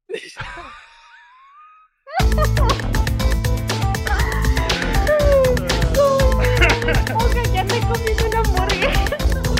Oiga, ya me comí una hamburguesa.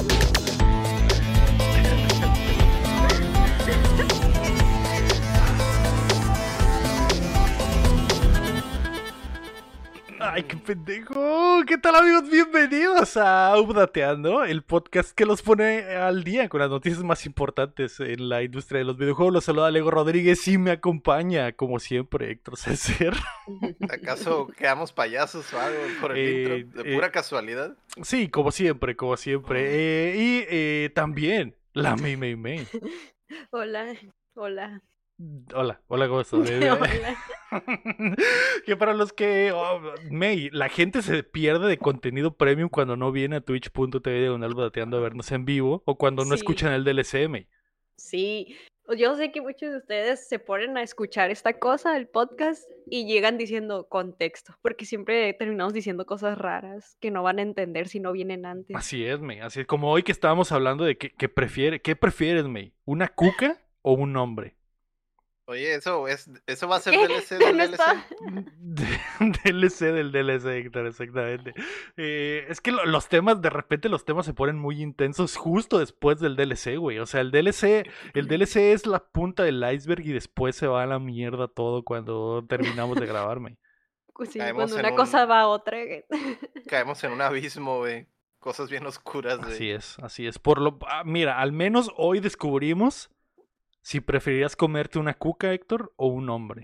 ¡Ay, qué pendejo! ¿Qué tal, amigos? Bienvenidos a Updateando, el podcast que los pone al día con las noticias más importantes en la industria de los videojuegos. Los saluda Lego Rodríguez y me acompaña, como siempre, Héctor César. ¿Acaso quedamos payasos o algo por el intro? ¿De pura casualidad? Sí, como siempre, como siempre. También, la May. Hola, hola. Hola, ¿cómo estás? Hola. Que para los que... May, la gente se pierde de contenido premium cuando no viene a twitch.tv/Updateando a vernos en vivo o cuando no Sí. escuchan el DLC, May. Sí, yo sé que muchos de ustedes se ponen a escuchar esta cosa, el podcast, y llegan diciendo contexto, porque siempre terminamos diciendo cosas raras que no van a entender si no vienen antes. Así es, May. Así es como hoy que estábamos hablando de ¿qué prefieres, May? ¿Una cuca o un hombre? Oye, eso va a ser ¿Qué? DLC del No DLC. está- DLC del DLC, Héctor, exactamente. Es que los temas, de repente los temas se ponen muy intensos justo después del DLC, güey. O sea, el DLC es la punta del iceberg y después se va a la mierda todo cuando terminamos de grabarme. Sí, Caemos cuando en una cosa va a otra. Caemos en un abismo, güey. Cosas bien oscuras, güey. Así es. Mira, al menos hoy descubrimos si preferirías comerte una cuca, Héctor, o un hombre.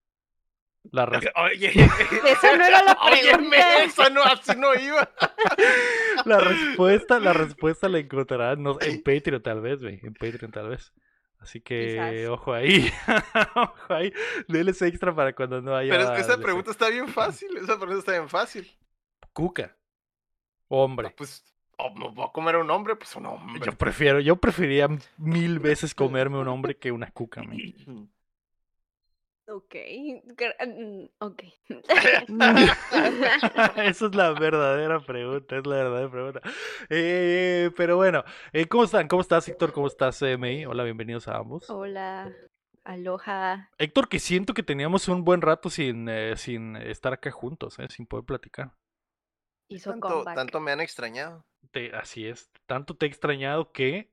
Oye, Esa no era la óyeme, pregunta. eso no, así no iba. La respuesta la encontrarán en Patreon tal vez, güey. En Patreon tal vez. Así que, Quizás. ojo ahí. Ojo ahí. DLC extra para cuando no haya. Pero es que esa DLC. pregunta está bien fácil. Cuca. Hombre. Pues, ¿me voy a comer un hombre? Pues un hombre. Yo preferiría 1000 veces comerme un hombre que una cuca, man. Ok. Ok. Esa es la verdadera pregunta, Pero bueno, ¿cómo están? ¿Cómo estás, Héctor? ¿Cómo estás, May? Hola, bienvenidos a ambos. Hola. Aloha. Héctor, que siento que teníamos un buen rato sin estar acá juntos, sin poder platicar. Hizo Tanto comeback. me han extrañado. Así es, tanto te he extrañado que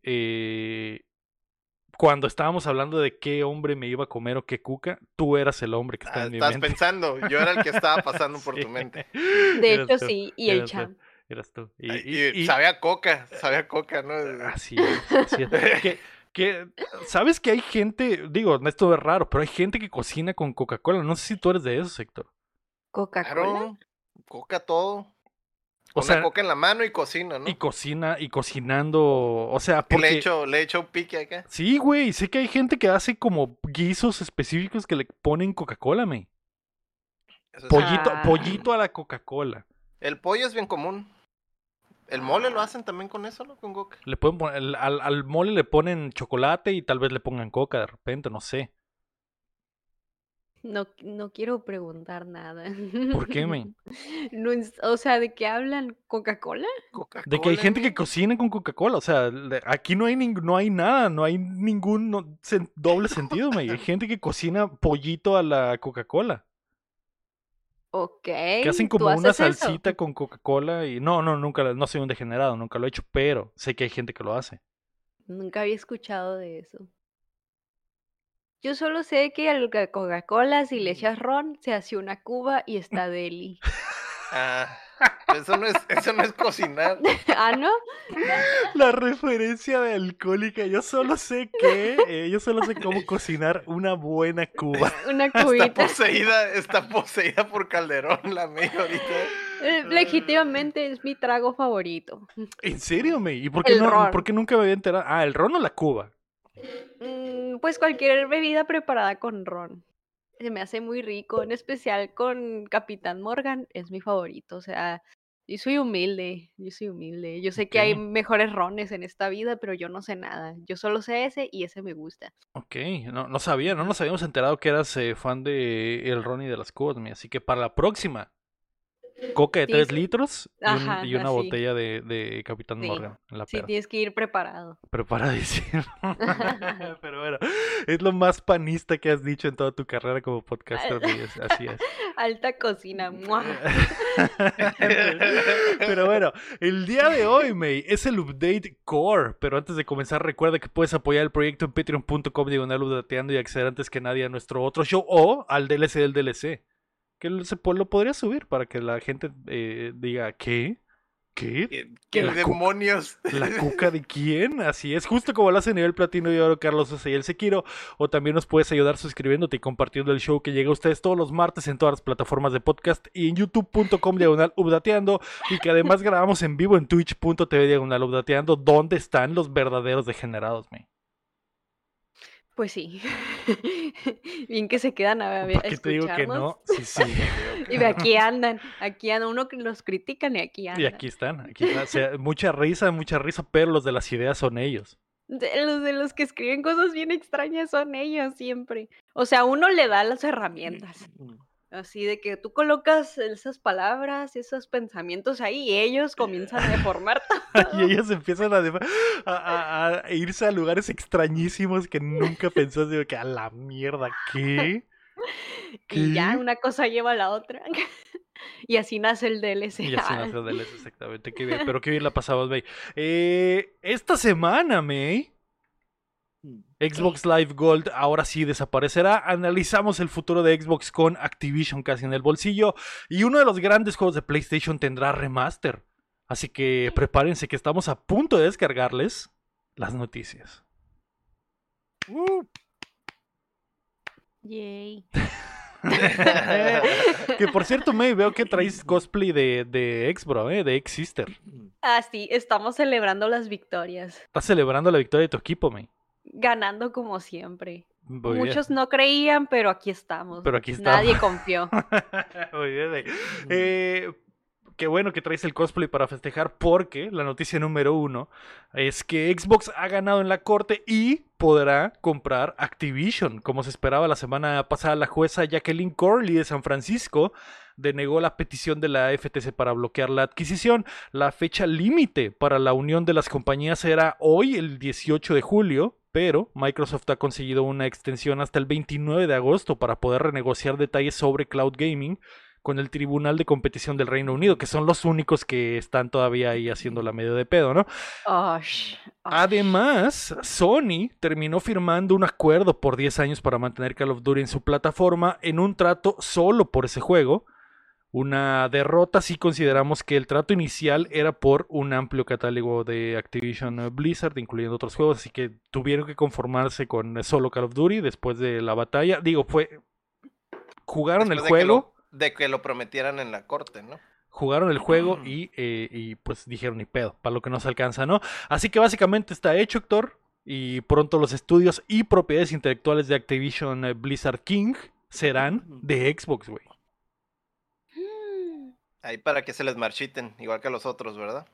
cuando estábamos hablando de qué hombre me iba a comer o qué cuca, tú eras el hombre que estaba en mi Estás mente. pensando, yo era el que estaba pasando por tu mente. De Eras hecho, tú, sí. Y el eras tú, champ. eras tú. Y sabía a coca, ¿no? Así es. ¿Sabes que hay gente, digo, esto es raro, pero hay gente que cocina con Coca-Cola? No sé si tú eres de esos, Héctor. ¿Coca-Cola? Claro, coca todo. O Una sea, coca en la mano y cocina, ¿no? y cocinando, o sea, Y porque... le echo un pique acá. Sí, güey, sé que hay gente que hace como guisos específicos que le ponen Coca-Cola, me. Eso sí. Pollito a la Coca-Cola. El pollo es bien común. El mole lo hacen también con eso, ¿no? Con coca. Le pueden poner, al mole le ponen chocolate y tal vez le pongan coca de repente, no sé. No quiero preguntar nada. ¿Por qué, me? No, o sea, ¿de qué hablan? ¿Coca-Cola? Coca-Cola. De que hay gente que men. cocina con Coca-Cola, o sea, aquí no hay nada, no hay ningún doble sentido, me. Hay gente que cocina pollito a la Coca-Cola. Ok. Que hacen ¿Tú como una haces eso? salsita con Coca-Cola y nunca, no soy un degenerado, nunca lo he hecho, pero sé que hay gente que lo hace. Nunca había escuchado de eso. Yo solo sé que a la Coca-Cola, si le echas ron, se hace una cuba y está deli. Ah, eso no es cocinar. ¿Ah, no? La referencia de alcohólica, yo solo sé cómo cocinar una buena cuba. Una cubita. Está poseída por Calderón, la media ahorita. Legítimamente es mi trago favorito. ¿En serio, me? ¿Y por El ron. por qué nunca me había enterado? Ah, el ron o la cuba. Pues cualquier bebida preparada con ron. Se me hace muy rico, en especial con Capitán Morgan, es mi favorito. O sea, yo soy humilde. Yo sé que hay Ok. mejores rones en esta vida, pero yo no sé nada. Yo solo sé ese y ese me gusta. Ok, no sabía, no nos habíamos enterado que eras fan de el ron y de las cubas, me. Así que para la próxima, Coca de Sí, 3 sí. litros Ajá, y una así. botella de Capitán Sí, Morgan en la sí, peda. tienes que ir preparado. Preparadísimo. Pero bueno, es lo más panista que has dicho en toda tu carrera como podcaster, May. Así es. Alta cocina. ¡Mua! Pero bueno, el día de hoy, May, es el update core. Pero antes de comenzar, recuerda que puedes apoyar el proyecto en patreon.com/updateando y acceder antes que nadie a nuestro otro show o al DLC del DLC. Que lo podría subir para que la gente diga, ¿qué? ¿Qué? ¿Qué ¿La cuca? demonios? ¿La cuca de quién? Así es, justo como lo hace a nivel platino y oro Carlos Sosa y el Sekiro. O también nos puedes ayudar suscribiéndote y compartiendo el show que llega a ustedes todos los martes en todas las plataformas de podcast y en youtube.com/updateando. Y que además grabamos en vivo en twitch.tv/updateando. ¿Dónde están los verdaderos degenerados, me? Pues sí. Bien que se quedan a ¿Por qué te digo que escucharnos. no? Sí. Y aquí andan, uno que los critican y aquí Y andan. aquí están. O sea, mucha risa, pero los de las ideas son ellos. De los que escriben cosas bien extrañas son ellos siempre. O sea, uno le da las herramientas. Así de que tú colocas esas palabras, esos pensamientos ahí y ellos comienzan a deformar Y todo. ellos empiezan a irse a lugares extrañísimos que nunca pensaste de que a la mierda, ¿qué? Y ya ¿Qué? una cosa lleva a la otra. Y así nace el DLC. Y así nació DLC, exactamente. Qué bien, pero qué bien la pasamos, May. Esta semana, May, Xbox Live Gold ahora sí desaparecerá. Analizamos el futuro de Xbox con Activision casi en el bolsillo. Y uno de los grandes juegos de PlayStation tendrá remaster. Así que prepárense que estamos a punto de descargarles las noticias. Yay. Que por cierto, May, veo que traes cosplay de ex-bro, de ex-sister. Ah, sí, estamos celebrando las victorias. Estás celebrando la victoria de tu equipo, May. Ganando como siempre. Muy bien. Muchos no creían, pero aquí estamos. Pero aquí estamos. Nadie confió. Muy bien. Qué bueno que traes el cosplay para festejar, porque la noticia número 1 es que Xbox ha ganado en la corte y podrá comprar Activision. Como se esperaba la semana pasada, la jueza Jacqueline Corley de San Francisco denegó la petición de la FTC para bloquear la adquisición. La fecha límite para la unión de las compañías era hoy, el 18 de julio, pero Microsoft ha conseguido una extensión hasta el 29 de agosto para poder renegociar detalles sobre cloud gaming con el Tribunal de Competición del Reino Unido, que son los únicos que están todavía ahí haciendo la medio de pedo, ¿no? Además, Sony terminó firmando un acuerdo por 10 años para mantener Call of Duty en su plataforma en un trato solo por ese juego. Una derrota si consideramos que el trato inicial era por un amplio catálogo de Activision Blizzard, incluyendo otros juegos, así que tuvieron que conformarse con solo Call of Duty después de la batalla. Jugaron después el juego. De que lo prometieran en la corte, ¿no? Jugaron el juego y pues dijeron ni pedo, para lo que nos alcanza, ¿no? Así que básicamente está hecho, Héctor, y pronto los estudios y propiedades intelectuales de Activision Blizzard King serán de Xbox, güey. Ahí para que se les marchiten, igual que a los otros, ¿verdad?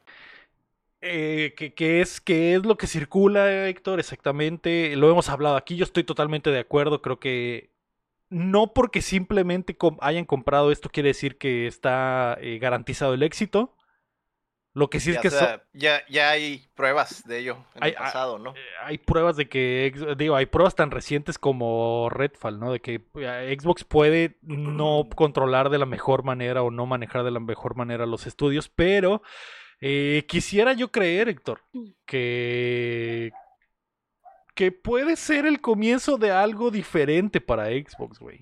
¿Qué es lo que circula, Héctor? Exactamente, lo hemos hablado aquí, yo estoy totalmente de acuerdo, creo que no porque simplemente hayan comprado esto quiere decir que está garantizado el éxito. Lo que sí es que ya hay pruebas de ello en el pasado, ¿no? Hay pruebas de que, hay pruebas tan recientes como Redfall, ¿no? De que Xbox puede no controlar de la mejor manera o no manejar de la mejor manera los estudios, pero quisiera yo creer, Héctor, que puede ser el comienzo de algo diferente para Xbox, güey.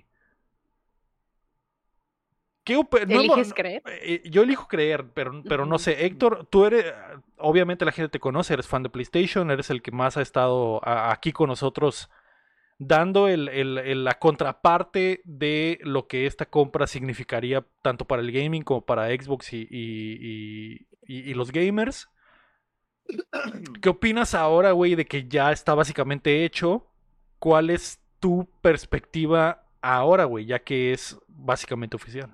¿Eliges creer? Yo elijo creer, pero no sé. Héctor, tú eres, obviamente la gente te conoce, eres fan de PlayStation, eres el que más ha estado aquí con nosotros dando la contraparte de lo que esta compra significaría tanto para el gaming como para Xbox y los gamers. ¿Qué opinas ahora, güey, de que ya está básicamente hecho? ¿Cuál es tu perspectiva ahora, güey, ya que es básicamente oficial?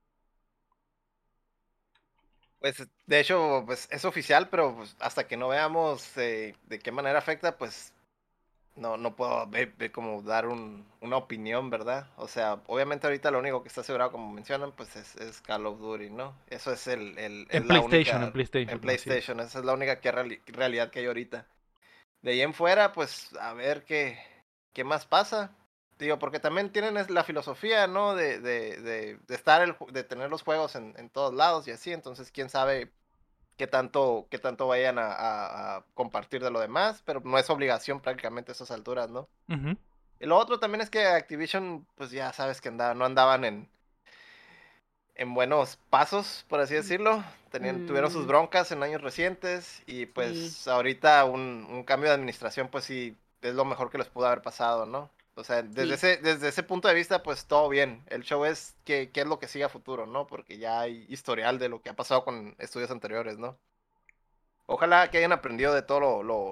Pues, de hecho, pues es oficial, pero pues, hasta que no veamos de qué manera afecta, pues no puedo como dar una opinión, ¿verdad? O sea, obviamente ahorita lo único que está asegurado, como mencionan, pues es Call of Duty, ¿no? Eso es En la PlayStation, en única, PlayStation. en PlayStation, esa es la única realidad que hay ahorita. De ahí en fuera, pues a ver qué más pasa. Digo, porque también tienen la filosofía, ¿no? De de tener los juegos en todos lados y así, entonces quién sabe qué tanto vayan a compartir de lo demás, pero no es obligación prácticamente a esas alturas, ¿no? Uh-huh. Y lo otro también es que Activision, pues ya sabes que no andaban en buenos pasos, por así decirlo. Tuvieron sus broncas en años recientes y pues ahorita un cambio de administración, pues sí, es lo mejor que les pudo haber pasado, ¿no? O sea, desde ese punto de vista, pues todo bien. El show es qué es lo que sigue a futuro, ¿no? Porque ya hay historial de lo que ha pasado con estudios anteriores, ¿no? Ojalá que hayan aprendido de todo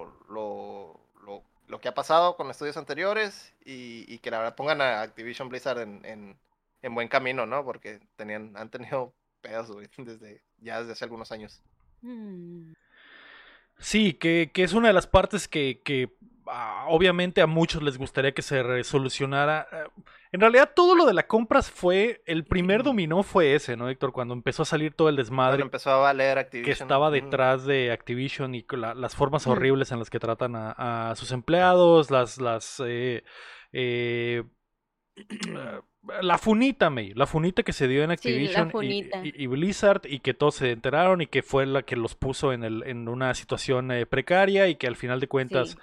lo que ha pasado con estudios anteriores y que la verdad pongan a Activision Blizzard en buen camino, ¿no? Porque han tenido pedos, güey, desde hace algunos años. Sí, que es una de las partes que obviamente a muchos les gustaría que se solucionara. En realidad todo lo de la compras el primer dominó fue ese, ¿no, Héctor? Cuando empezó a salir todo el desmadre. Cuando empezó a valer Que Activision. estaba detrás de Activision y las formas horribles en las que tratan a sus empleados, la funita que se dio en Activision y Blizzard y que todos se enteraron y que fue la que los puso en una situación precaria y que al final de cuentas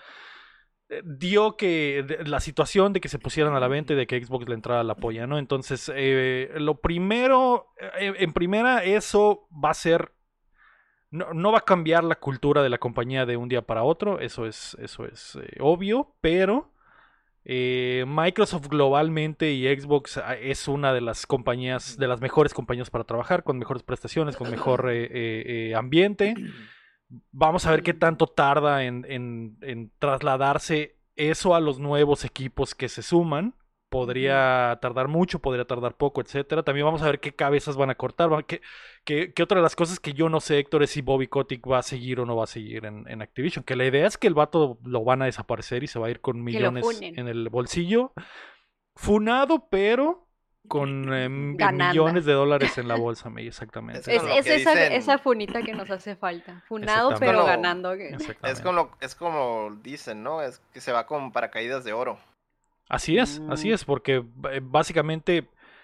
dio la situación de que se pusieran a la venta y de que Xbox le entrara la polla, ¿no? Entonces, lo primero, en primera, eso va a ser, no va a cambiar la cultura de la compañía de un día para otro, eso es obvio, pero Microsoft globalmente y Xbox es una de las compañías, de las mejores compañías para trabajar, con mejores prestaciones, con mejor ambiente. Vamos a ver qué tanto tarda en trasladarse eso a los nuevos equipos que se suman. Podría tardar mucho, podría tardar poco, etcétera. También vamos a ver qué cabezas van a cortar. Que otra de las cosas que yo no sé, Héctor, es si Bobby Kotick va a seguir o no va a seguir en Activision. Que la idea es que el vato lo van a desaparecer y se va a ir con millones en el bolsillo. Funado, pero con millones de dólares en la bolsa, exactamente. Esa funita que nos hace falta. Funado, pero ganando. Es como dicen, ¿no? Es que se va con paracaídas de oro. Así es, porque básicamente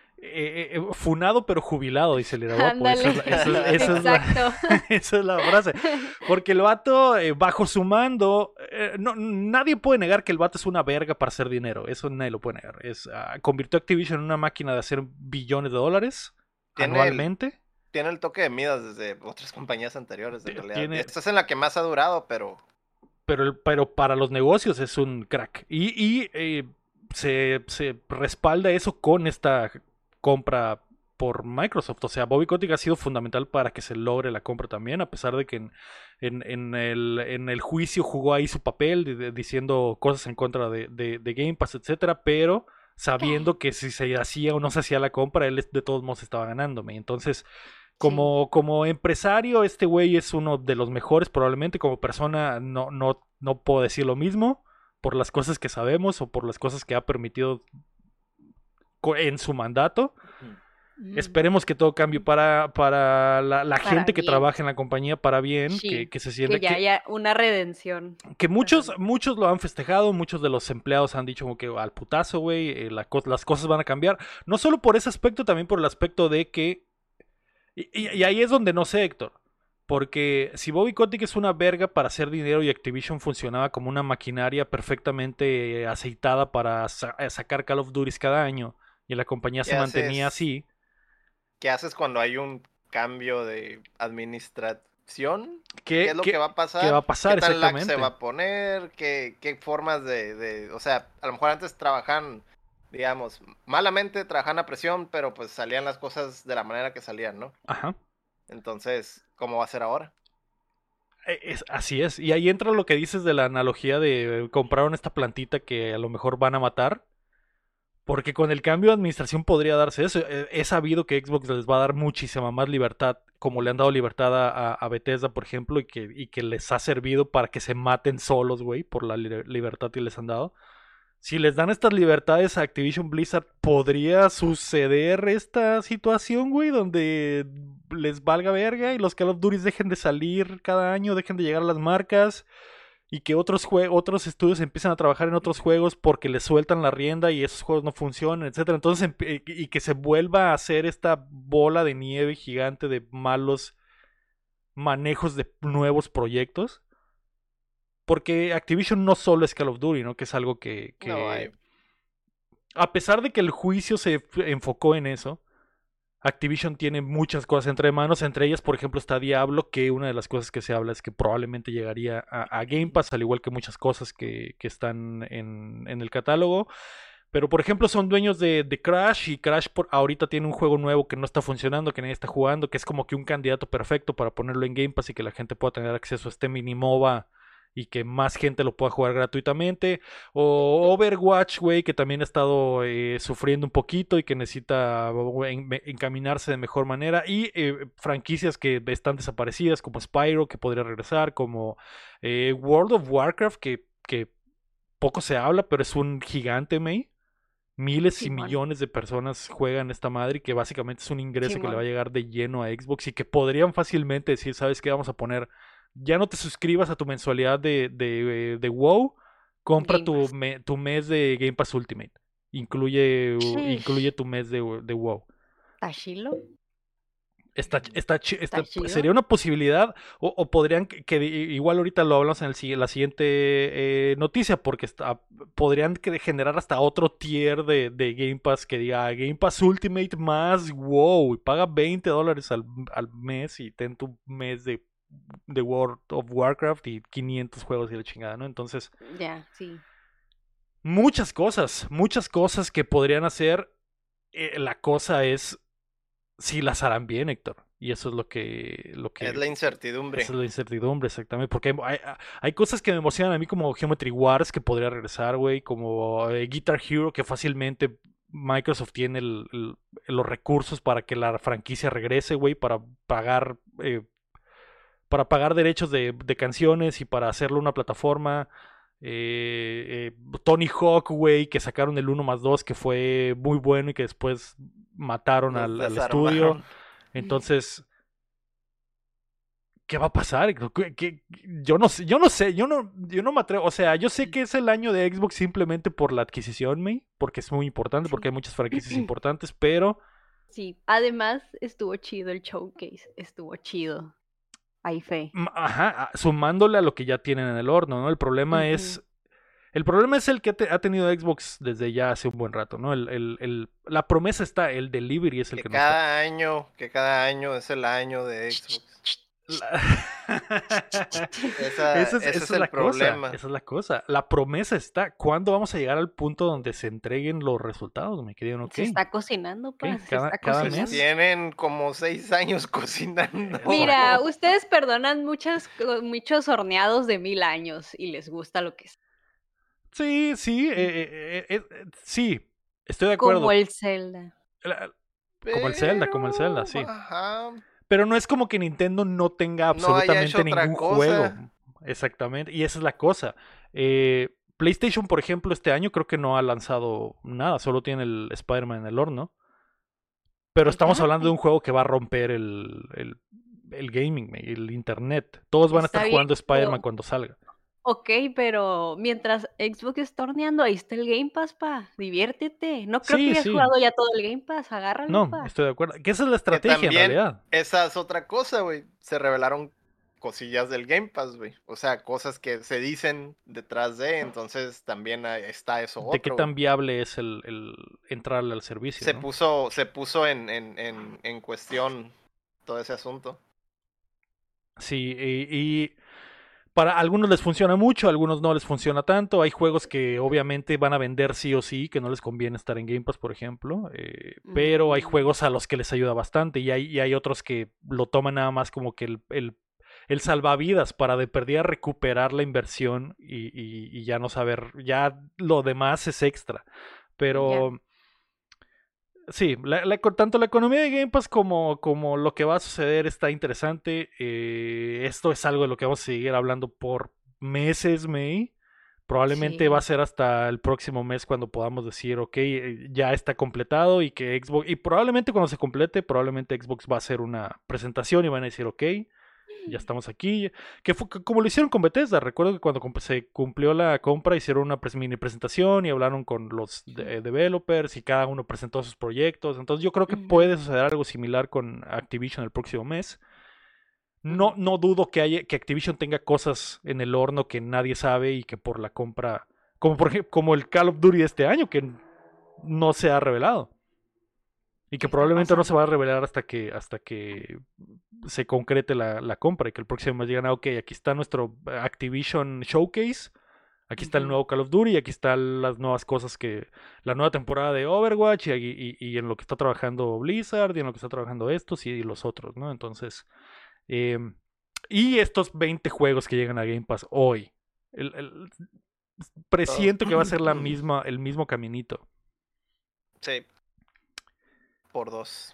funado pero jubilado, dice el Iraguapo. Esa es la frase. Porque el vato, bajo su mando, nadie puede negar que el vato es una verga para hacer dinero. Eso nadie lo puede negar. Convirtió Activision en una máquina de hacer billones de dólares anualmente. Tiene el toque de Midas desde otras compañías anteriores, en realidad. Esta es en la que más ha durado, pero para los negocios es un crack. Y se respalda eso con esta compra por Microsoft. O sea, Bobby Kotick ha sido fundamental para que se logre la compra también, a pesar de que en el juicio jugó ahí su papel diciendo cosas en contra de Game Pass, etcétera, pero sabiendo que si se hacía o no se hacía la compra, él de todos modos estaba ganándome. Entonces, como empresario, este güey es uno de los mejores, probablemente. Como persona no puedo decir lo mismo por las cosas que sabemos o por las cosas que ha permitido en su mandato. Esperemos que todo cambie para la gente que trabaja en la compañía para bien, que se sienta que haya una redención. Que muchos lo han festejado, muchos de los empleados han dicho como que al putazo, güey, las cosas van a cambiar. No solo por ese aspecto, también por el aspecto de que y ahí es donde no sé, Héctor. Porque si Bobby Kotick es una verga para hacer dinero y Activision funcionaba como una maquinaria perfectamente aceitada para sacar Call of Duty cada año y la compañía se mantenía así. ¿Qué haces cuando hay un cambio de administración? ¿Qué es lo que va a pasar? ¿Qué va a pasar? ¿Qué tal lag exactamente? se va a poner? ¿Qué formas o sea, a lo mejor antes trabajan, digamos, malamente trabajan a presión, pero pues salían las cosas de la manera que salían, ¿no? Ajá. Entonces, ¿cómo va a ser ahora? Así es. Y ahí entra lo que dices de la analogía de compraron esta plantita que a lo mejor van a matar. Porque con el cambio de administración podría darse eso. He sabido que Xbox les va a dar muchísima más libertad, como le han dado libertad a Bethesda, por ejemplo, y que les ha servido para que se maten solos, güey, por la libertad que les han dado. Si les dan estas libertades a Activision Blizzard, ¿podría suceder esta situación, güey? Donde les valga verga y los Call of Duty dejen de salir cada año, dejen de llegar a las marcas y que otros estudios empiezan a trabajar en otros juegos porque les sueltan la rienda y esos juegos no funcionan, etcétera. Entonces, y que se vuelva a hacer esta bola de nieve gigante de malos manejos de nuevos proyectos. Porque Activision no solo es Call of Duty, ¿no? Que es algo No hay. a pesar de que el juicio se enfocó en eso, Activision tiene muchas cosas entre manos. Entre ellas, por ejemplo, está Diablo, que una de las cosas que se habla es que probablemente llegaría a Game Pass, al igual que muchas cosas que están en el catálogo. Pero, por ejemplo, son dueños de Crash, y Crash ahorita tiene un juego nuevo que no está funcionando, que nadie está jugando, que es como que un candidato perfecto para ponerlo en Game Pass y que la gente pueda tener acceso a este mini MOBA y que más gente lo pueda jugar gratuitamente. O Overwatch, güey, que también ha estado sufriendo un poquito y que necesita encaminarse de mejor manera. Y franquicias que están desaparecidas, como Spyro, que podría regresar, como World of Warcraft, que poco se habla, pero es un gigante, May. Miles y Simón. millones de personas juegan esta madre y que básicamente es un ingreso que le va a Simón. llegar de lleno a Xbox y que podrían fácilmente decir, ¿sabes qué? Vamos a poner, ya no te suscribas a tu mensualidad de WoW, compra Game Pass. tu mes de Game Pass Ultimate. Incluye Sheesh. tu mes de WoW. ¿Tachilo? Está chido. Sería una posibilidad, o podrían igual ahorita lo hablamos en la siguiente noticia, porque podrían generar hasta otro tier de Game Pass que diga Game Pass Ultimate más WoW, y paga $20 al mes y ten tu mes de World of Warcraft y 500 juegos y la chingada, ¿no? Entonces, Ya, sí. muchas cosas que podrían hacer. La cosa es si las harán bien, Héctor. Y eso es Es la incertidumbre. esa es la incertidumbre, exactamente. Porque hay cosas que me emocionan a mí, como Geometry Wars, que podría regresar, güey. Como Guitar Hero, que fácilmente Microsoft tiene los recursos para que la franquicia regrese, güey. Para pagar derechos de canciones y para hacerlo una plataforma. Tony Hawk, güey, que sacaron el 1+2, que fue muy bueno y que después mataron Los al estudio. desarmaron. Entonces, ¿qué va a pasar? Yo no sé, yo no me atrevo. O sea, yo sé que es el año de Xbox simplemente por la adquisición, May, porque es muy importante, porque hay muchas franquicias importantes, pero Sí, además estuvo chido el showcase, estuvo chido. Hay fe. ajá, sumándole a lo que ya tienen en el horno, ¿no? Ujú. El problema es el que ha tenido Xbox desde ya hace un buen rato, ¿no? La promesa está, el delivery es el que no está. Que cada año es el año de Xbox. La- Ese esa es es el la cosa, problema. esa es la cosa. La promesa está. ¿Cuándo vamos a llegar al punto donde se entreguen los resultados? Me quedan, ok. Se está cocinando, Ok, pa, se está cada Pues mes. cocinando. tienen como 6 años cocinando. Mira, ustedes perdonan muchos horneados de 1000 años y les gusta lo que es. Sí, sí, sí, estoy de Como acuerdo. el Zelda. Como el Zelda, sí. Ajá, Pero no es como que Nintendo no tenga no haya hecho absolutamente otra ningún juego. cosa. Exactamente, y esa es la cosa. PlayStation, por ejemplo, este año creo que no ha lanzado nada, solo tiene el Spider-Man en el horno. Pero estamos Ya, hablando de un juego que va a romper el gaming, el internet. Todos van a estar está bien, jugando Spider-Man pero cuando salga. ok, pero mientras Xbox está horneando, ahí está el Game Pass, pa. Diviértete. No creo que Sí, hayas sí, jugado ya todo el Game Pass. Agárralo, no, pa. estoy de acuerdo. Que esa es la Que estrategia en también, realidad. esa es otra cosa, güey. Se revelaron cosillas del Game Pass, güey. O sea, cosas que se dicen detrás de, entonces también está eso De qué otro, güey. tan viable es el entrarle al servicio, ¿no? Se puso en cuestión todo ese asunto. Sí, y para algunos les funciona mucho, a algunos no les funciona tanto. Hay juegos que obviamente van a vender sí o sí, que no les conviene estar en Game Pass, por ejemplo. Pero hay Mm, juegos a los que les ayuda bastante. Y hay otros que lo toman nada más como que el salvavidas para de perdida recuperar la inversión y ya no saber, ya lo demás es extra. ya. Pero Sí, tanto la economía de Game Pass como lo que va a suceder está interesante. Esto es algo de lo que vamos a seguir hablando por meses, May. Probablemente va a Sí. ser hasta el próximo mes cuando podamos decir, ok, ya está completado y que Xbox, y probablemente cuando se complete, probablemente Xbox va a hacer una presentación y van a decir, ok, ya estamos aquí. Que fue como lo hicieron con Bethesda. Recuerdo que cuando se cumplió la compra hicieron una mini presentación y hablaron con los developers y cada uno presentó sus proyectos. Entonces yo creo que Ujú, puede suceder algo similar con Activision el próximo mes. No, ujú. no dudo que Activision tenga cosas en el horno que nadie sabe y que por la compra, como por ejemplo, como el Call of Duty de este año, que no se ha revelado. Y ¿Qué que está probablemente no se va a pasando? revelar hasta que se concrete la compra y que el próximo mes digan, ok, aquí está nuestro Activision Showcase, aquí está el Ujú, nuevo Call of Duty, aquí están las nuevas cosas la nueva temporada de Overwatch y en lo que está trabajando Blizzard y en lo que está trabajando estos y los otros, ¿no? Entonces, eh, y estos 20 juegos que llegan a Game Pass hoy, Todos. presiento que va a ser el mismo caminito. Sí, por dos.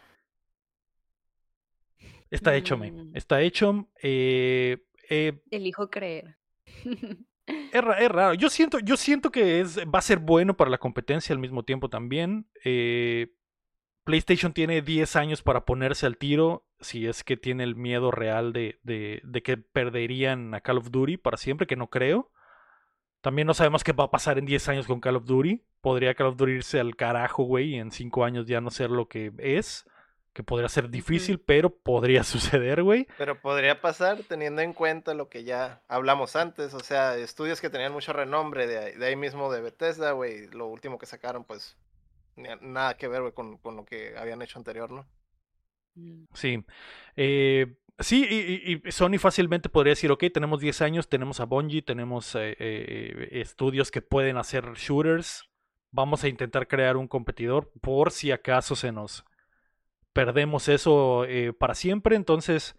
Está hecho, me. mm, Está hecho. Elijo creer. Es raro. Yo siento que va a ser bueno para la competencia al mismo tiempo también. PlayStation tiene 10 años para ponerse al tiro si es que tiene el miedo real de que perderían a Call of Duty para siempre, que no creo. También no sabemos qué va a pasar en 10 años con Call of Duty. Podría Call of Duty irse al carajo, güey, y en 5 años ya no ser lo que es. Que podría ser Ujú, difícil, pero podría suceder, güey. Pero podría pasar teniendo en cuenta lo que ya hablamos antes, o sea, estudios que tenían mucho renombre de ahí mismo de Bethesda, güey, lo último que sacaron, pues, nada que ver, güey, con lo que habían hecho anterior, ¿no? mm, Sí. Sí, y Sony fácilmente podría decir, ok, tenemos 10 años, tenemos a Bungie, tenemos estudios que pueden hacer shooters. Vamos a intentar crear un competidor por si acaso se nos perdemos eso para siempre. Entonces,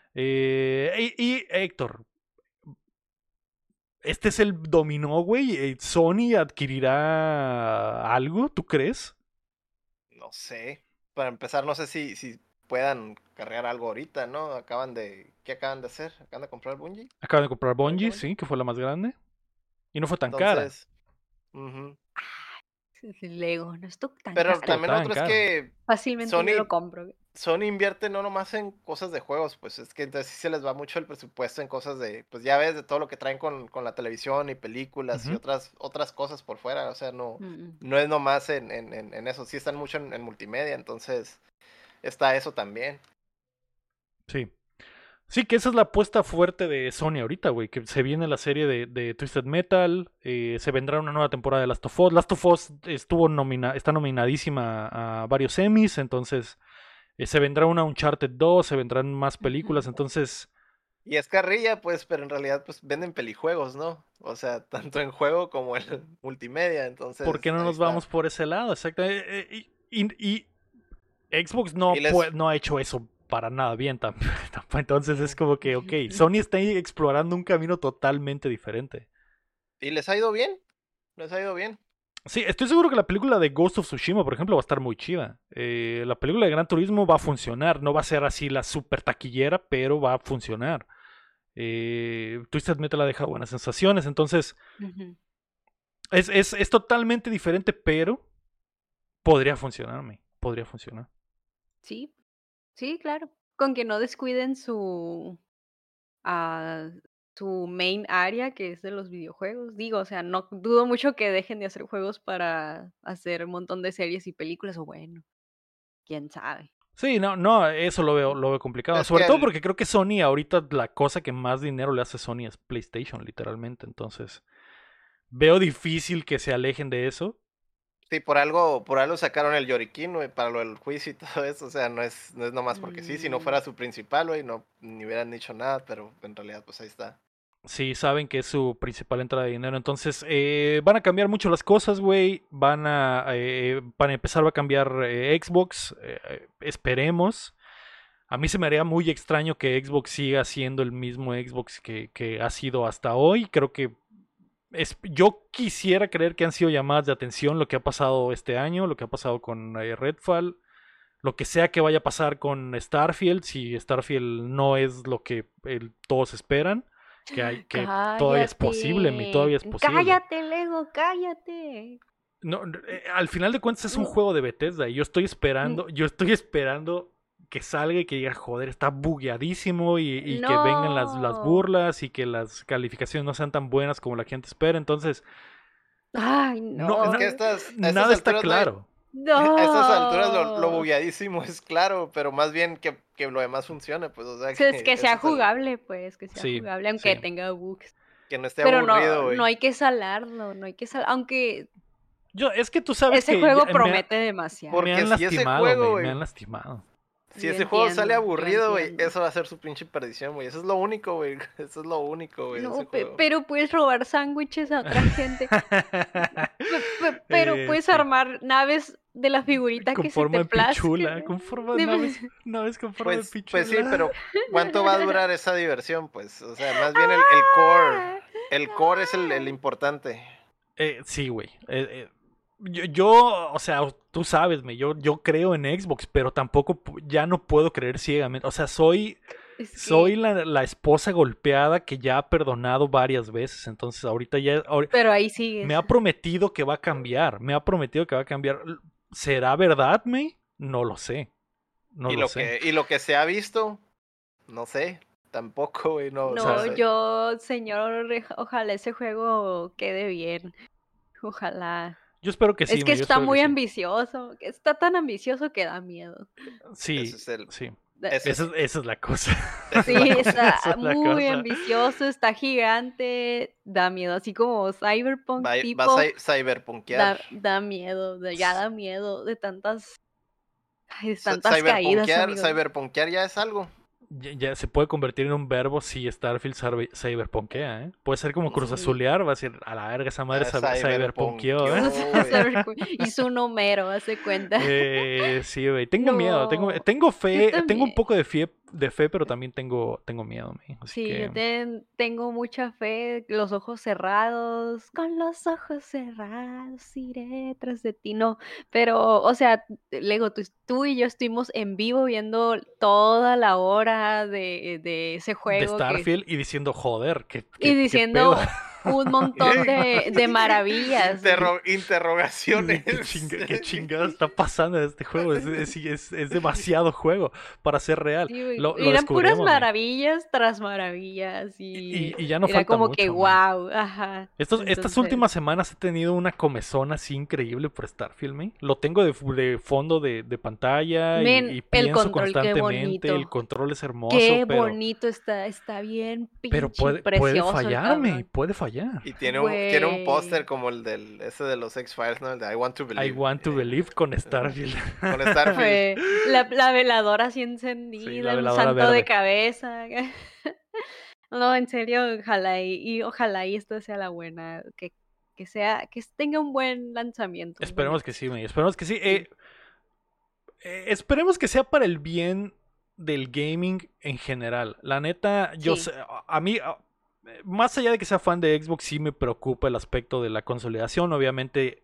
y Héctor, este es el dominó, güey. ¿Sony adquirirá algo? ¿Tú crees? No sé. Para empezar, no sé si puedan cargar algo ahorita, ¿no? ¿Qué acaban de hacer? ¿Acaban de comprar Bungie? Acaban de comprar Bungie, Teóricamente. sí, que fue la más grande. Y no fue tan cara. Entonces, ujú. sí, sí, Lego, no estoy tan No Pero estuvo cara. también tan otro es cara. que Fácilmente yo lo Sony, compro. Sony invierte no nomás en cosas de juegos, pues es que entonces sí se les va mucho el presupuesto en cosas de, pues ya ves, de todo lo que traen con la televisión y películas y Ujú. otras cosas por fuera, o sea, no, Mm, mm. no es nomás en eso, sí están mucho en multimedia, entonces está eso también. Sí. Sí, que esa es la apuesta fuerte de Sony ahorita, güey. Que se viene la serie de Twisted Metal. Se vendrá una nueva temporada de Last of Us. Last of Us está nominadísima a varios Emmys. Entonces, se vendrá una Uncharted 2. Se vendrán más películas. Ujú. Entonces, Y es carrilla, pues, pero en realidad, pues, venden pelijuegos, ¿no? O sea, tanto en juego como en multimedia, ¿por qué entonces, no ahí nos vamos está. por ese lado? Exacto. Y Xbox Y les, no ha hecho eso para nada bien tampoco. Entonces es como que, ok, Ujú. Sony está ahí explorando un camino totalmente diferente. y les ha ido bien, les ha ido bien. Sí, estoy seguro que la película de Ghost of Tsushima, por ejemplo, va a estar muy chida. La película de Gran Turismo va a funcionar. No va a ser así la super taquillera, pero va a funcionar. Twisted Metal ha dejado buenas sensaciones. Entonces, Ujú. es totalmente diferente, pero podría funcionarme. Podría funcionar. Sí, sí, claro. Con que no descuiden ah, su main área, que es de los videojuegos. Digo, o sea, no dudo mucho que dejen de hacer juegos para hacer un montón de series y películas, o bueno, quién sabe. Sí, no, no, eso lo veo complicado. Es Sobre que todo porque creo que Sony ahorita la cosa que más dinero le hace a Sony es PlayStation, literalmente. Entonces, veo difícil que se alejen de eso. sí, por algo sacaron el Yorikin, güey, para lo del juicio y todo eso, o sea, no es nomás porque sí, si no Mm, fuera su principal, güey, no, ni hubieran dicho nada, pero en realidad, pues ahí está. Sí, saben que es su principal entrada de dinero. Entonces, van a cambiar mucho las cosas, güey. Para empezar va a cambiar Xbox. Esperemos. A mí se me haría muy extraño que Xbox siga siendo el mismo Xbox que ha sido hasta hoy. Creo que Yo quisiera creer que han sido llamadas de atención lo que ha pasado este año, lo que ha pasado con Redfall, lo que sea que vaya a pasar con Starfield, si Starfield no es lo que todos esperan, que todavía es posible, todavía es posible. Cállate, Lego, cállate. No, al final de cuentas es un juego de Bethesda y yo estoy esperando que salga y que diga, joder, está bugueadísimo y que vengan las burlas y que las calificaciones no sean tan buenas como la gente espera. Entonces, ay, no. Es que nada está claro. No. A estas alturas lo bugueadísimo es claro, pero más bien que lo demás funcione, pues, o sea, que sea jugable, pues, que sea jugable, aunque tenga bugs. Que no esté pero aburrido, güey. No hay que salarlo, aunque es que tú sabes ese juego promete demasiado. Me han lastimado, me han lastimado. Si ese juego sale aburrido, güey, eso va a ser su pinche perdición, güey. Eso es lo único, güey. Eso es lo único, güey. No, pero puedes robar sándwiches a otra gente. Pero puedes armar naves de la figurita que se te plazca. Con forma de naves con forma de pichula. Pues sí, pero ¿cuánto va a durar esa diversión? Pues, o sea, más bien el core es el importante. Sí, güey. Yo, o sea, tú sabes, yo creo en Xbox, pero tampoco ya no puedo creer ciegamente. O sea, soy la esposa golpeada que ya ha perdonado varias veces. Entonces, ahorita ya... Pero ahí sigue. Me ha prometido que va a cambiar. ¿Será verdad, May? No lo sé. Y lo que se ha visto, no sé. Tampoco, güey. No, yo, señor, ojalá ese juego quede bien. Ojalá. Yo espero que sí. Es que está muy ambicioso. Está tan ambicioso que da miedo. Sí, sí. Esa es la cosa. Sí, está muy ambicioso, está gigante, da miedo, así como Cyberpunk tipo. Va a cyberpunkear. Da miedo, ya da miedo de tantas caídas. Cyberpunkear ya es algo. Ya se puede convertir en un verbo si Starfield cyberpunkea, ¿eh? Puede ser como Cruz Azulear, va a decir, a la verga, esa madre cyberpunkeó, ¿eh? Hizo un Homero, hace cuenta. Sí, güey, tengo miedo, tengo fe, tengo un poco de fe, pero también tengo miedo, ¿me? Sí, yo tengo mucha fe, los ojos cerrados, con los ojos cerrados iré tras de ti, no, pero, o sea, Lego, tú y yo estuvimos en vivo viendo toda la hora de ese juego. De Starfield y diciendo, joder, y diciendo un montón de maravillas. Interrogaciones. ¿Qué chingada está pasando en este juego? Es demasiado juego para ser real. Sí, eran puras maravillas tras maravillas. Y ya no era falta como mucho, que wow. Ajá. Estas últimas semanas he tenido una comezón así increíble por Starfield, ¿me? Lo tengo de fondo de pantalla y pienso constantemente. El control es hermoso. Qué bonito está bien pinche pero puede fallarme, puede fallar. Y tiene un póster como ese de los X-Files, ¿no? El de I Want to Believe. I Want to Believe con Starfield. Con Starfield. La veladora así encendida, un santo verde de cabeza. No, en serio, ojalá y esto sea la buena, que tenga un buen lanzamiento. Esperemos que sí, esperemos que sí. Esperemos que sea para el bien del gaming en general. La neta, a mí, más allá de que sea fan de Xbox, sí me preocupa el aspecto de la consolidación. Obviamente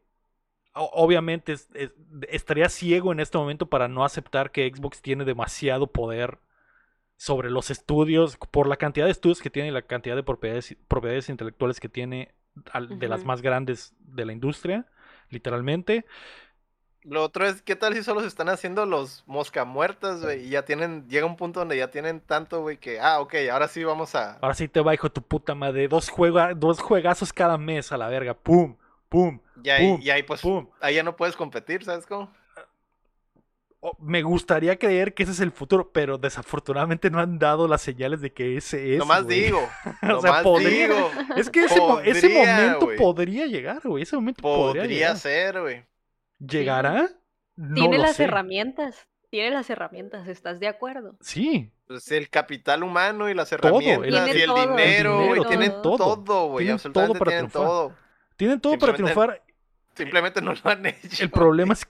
estaría ciego en este momento para no aceptar que Xbox tiene demasiado poder sobre los estudios, por la cantidad de estudios que tiene y la cantidad de propiedades intelectuales que tiene, de las más grandes de la industria, literalmente. Lo otro es, ¿qué tal si solo se están haciendo los mosca muertas, güey? Y llega un punto donde ya tienen tanto, güey, que, ok, ahora sí vamos a... Ahora sí te va, hijo de tu puta madre, dos juegazos cada mes a la verga, pum, pum, y ahí pues, pum. Ahí ya no puedes competir, ¿sabes cómo? Me gustaría creer que ese es el futuro, pero desafortunadamente no han dado las señales de que ese es. Nomás digo. O sea, es que ese momento podría llegar, güey. Ese momento podría ser, güey. ¿Llegará? Sí. Tiene las herramientas, ¿estás de acuerdo? Sí. Pues el capital humano y las herramientas y el dinero, güey. Tienen todo, güey. Absolutamente tienen todo. Tienen todo para triunfar. Simplemente no lo han hecho. El problema es que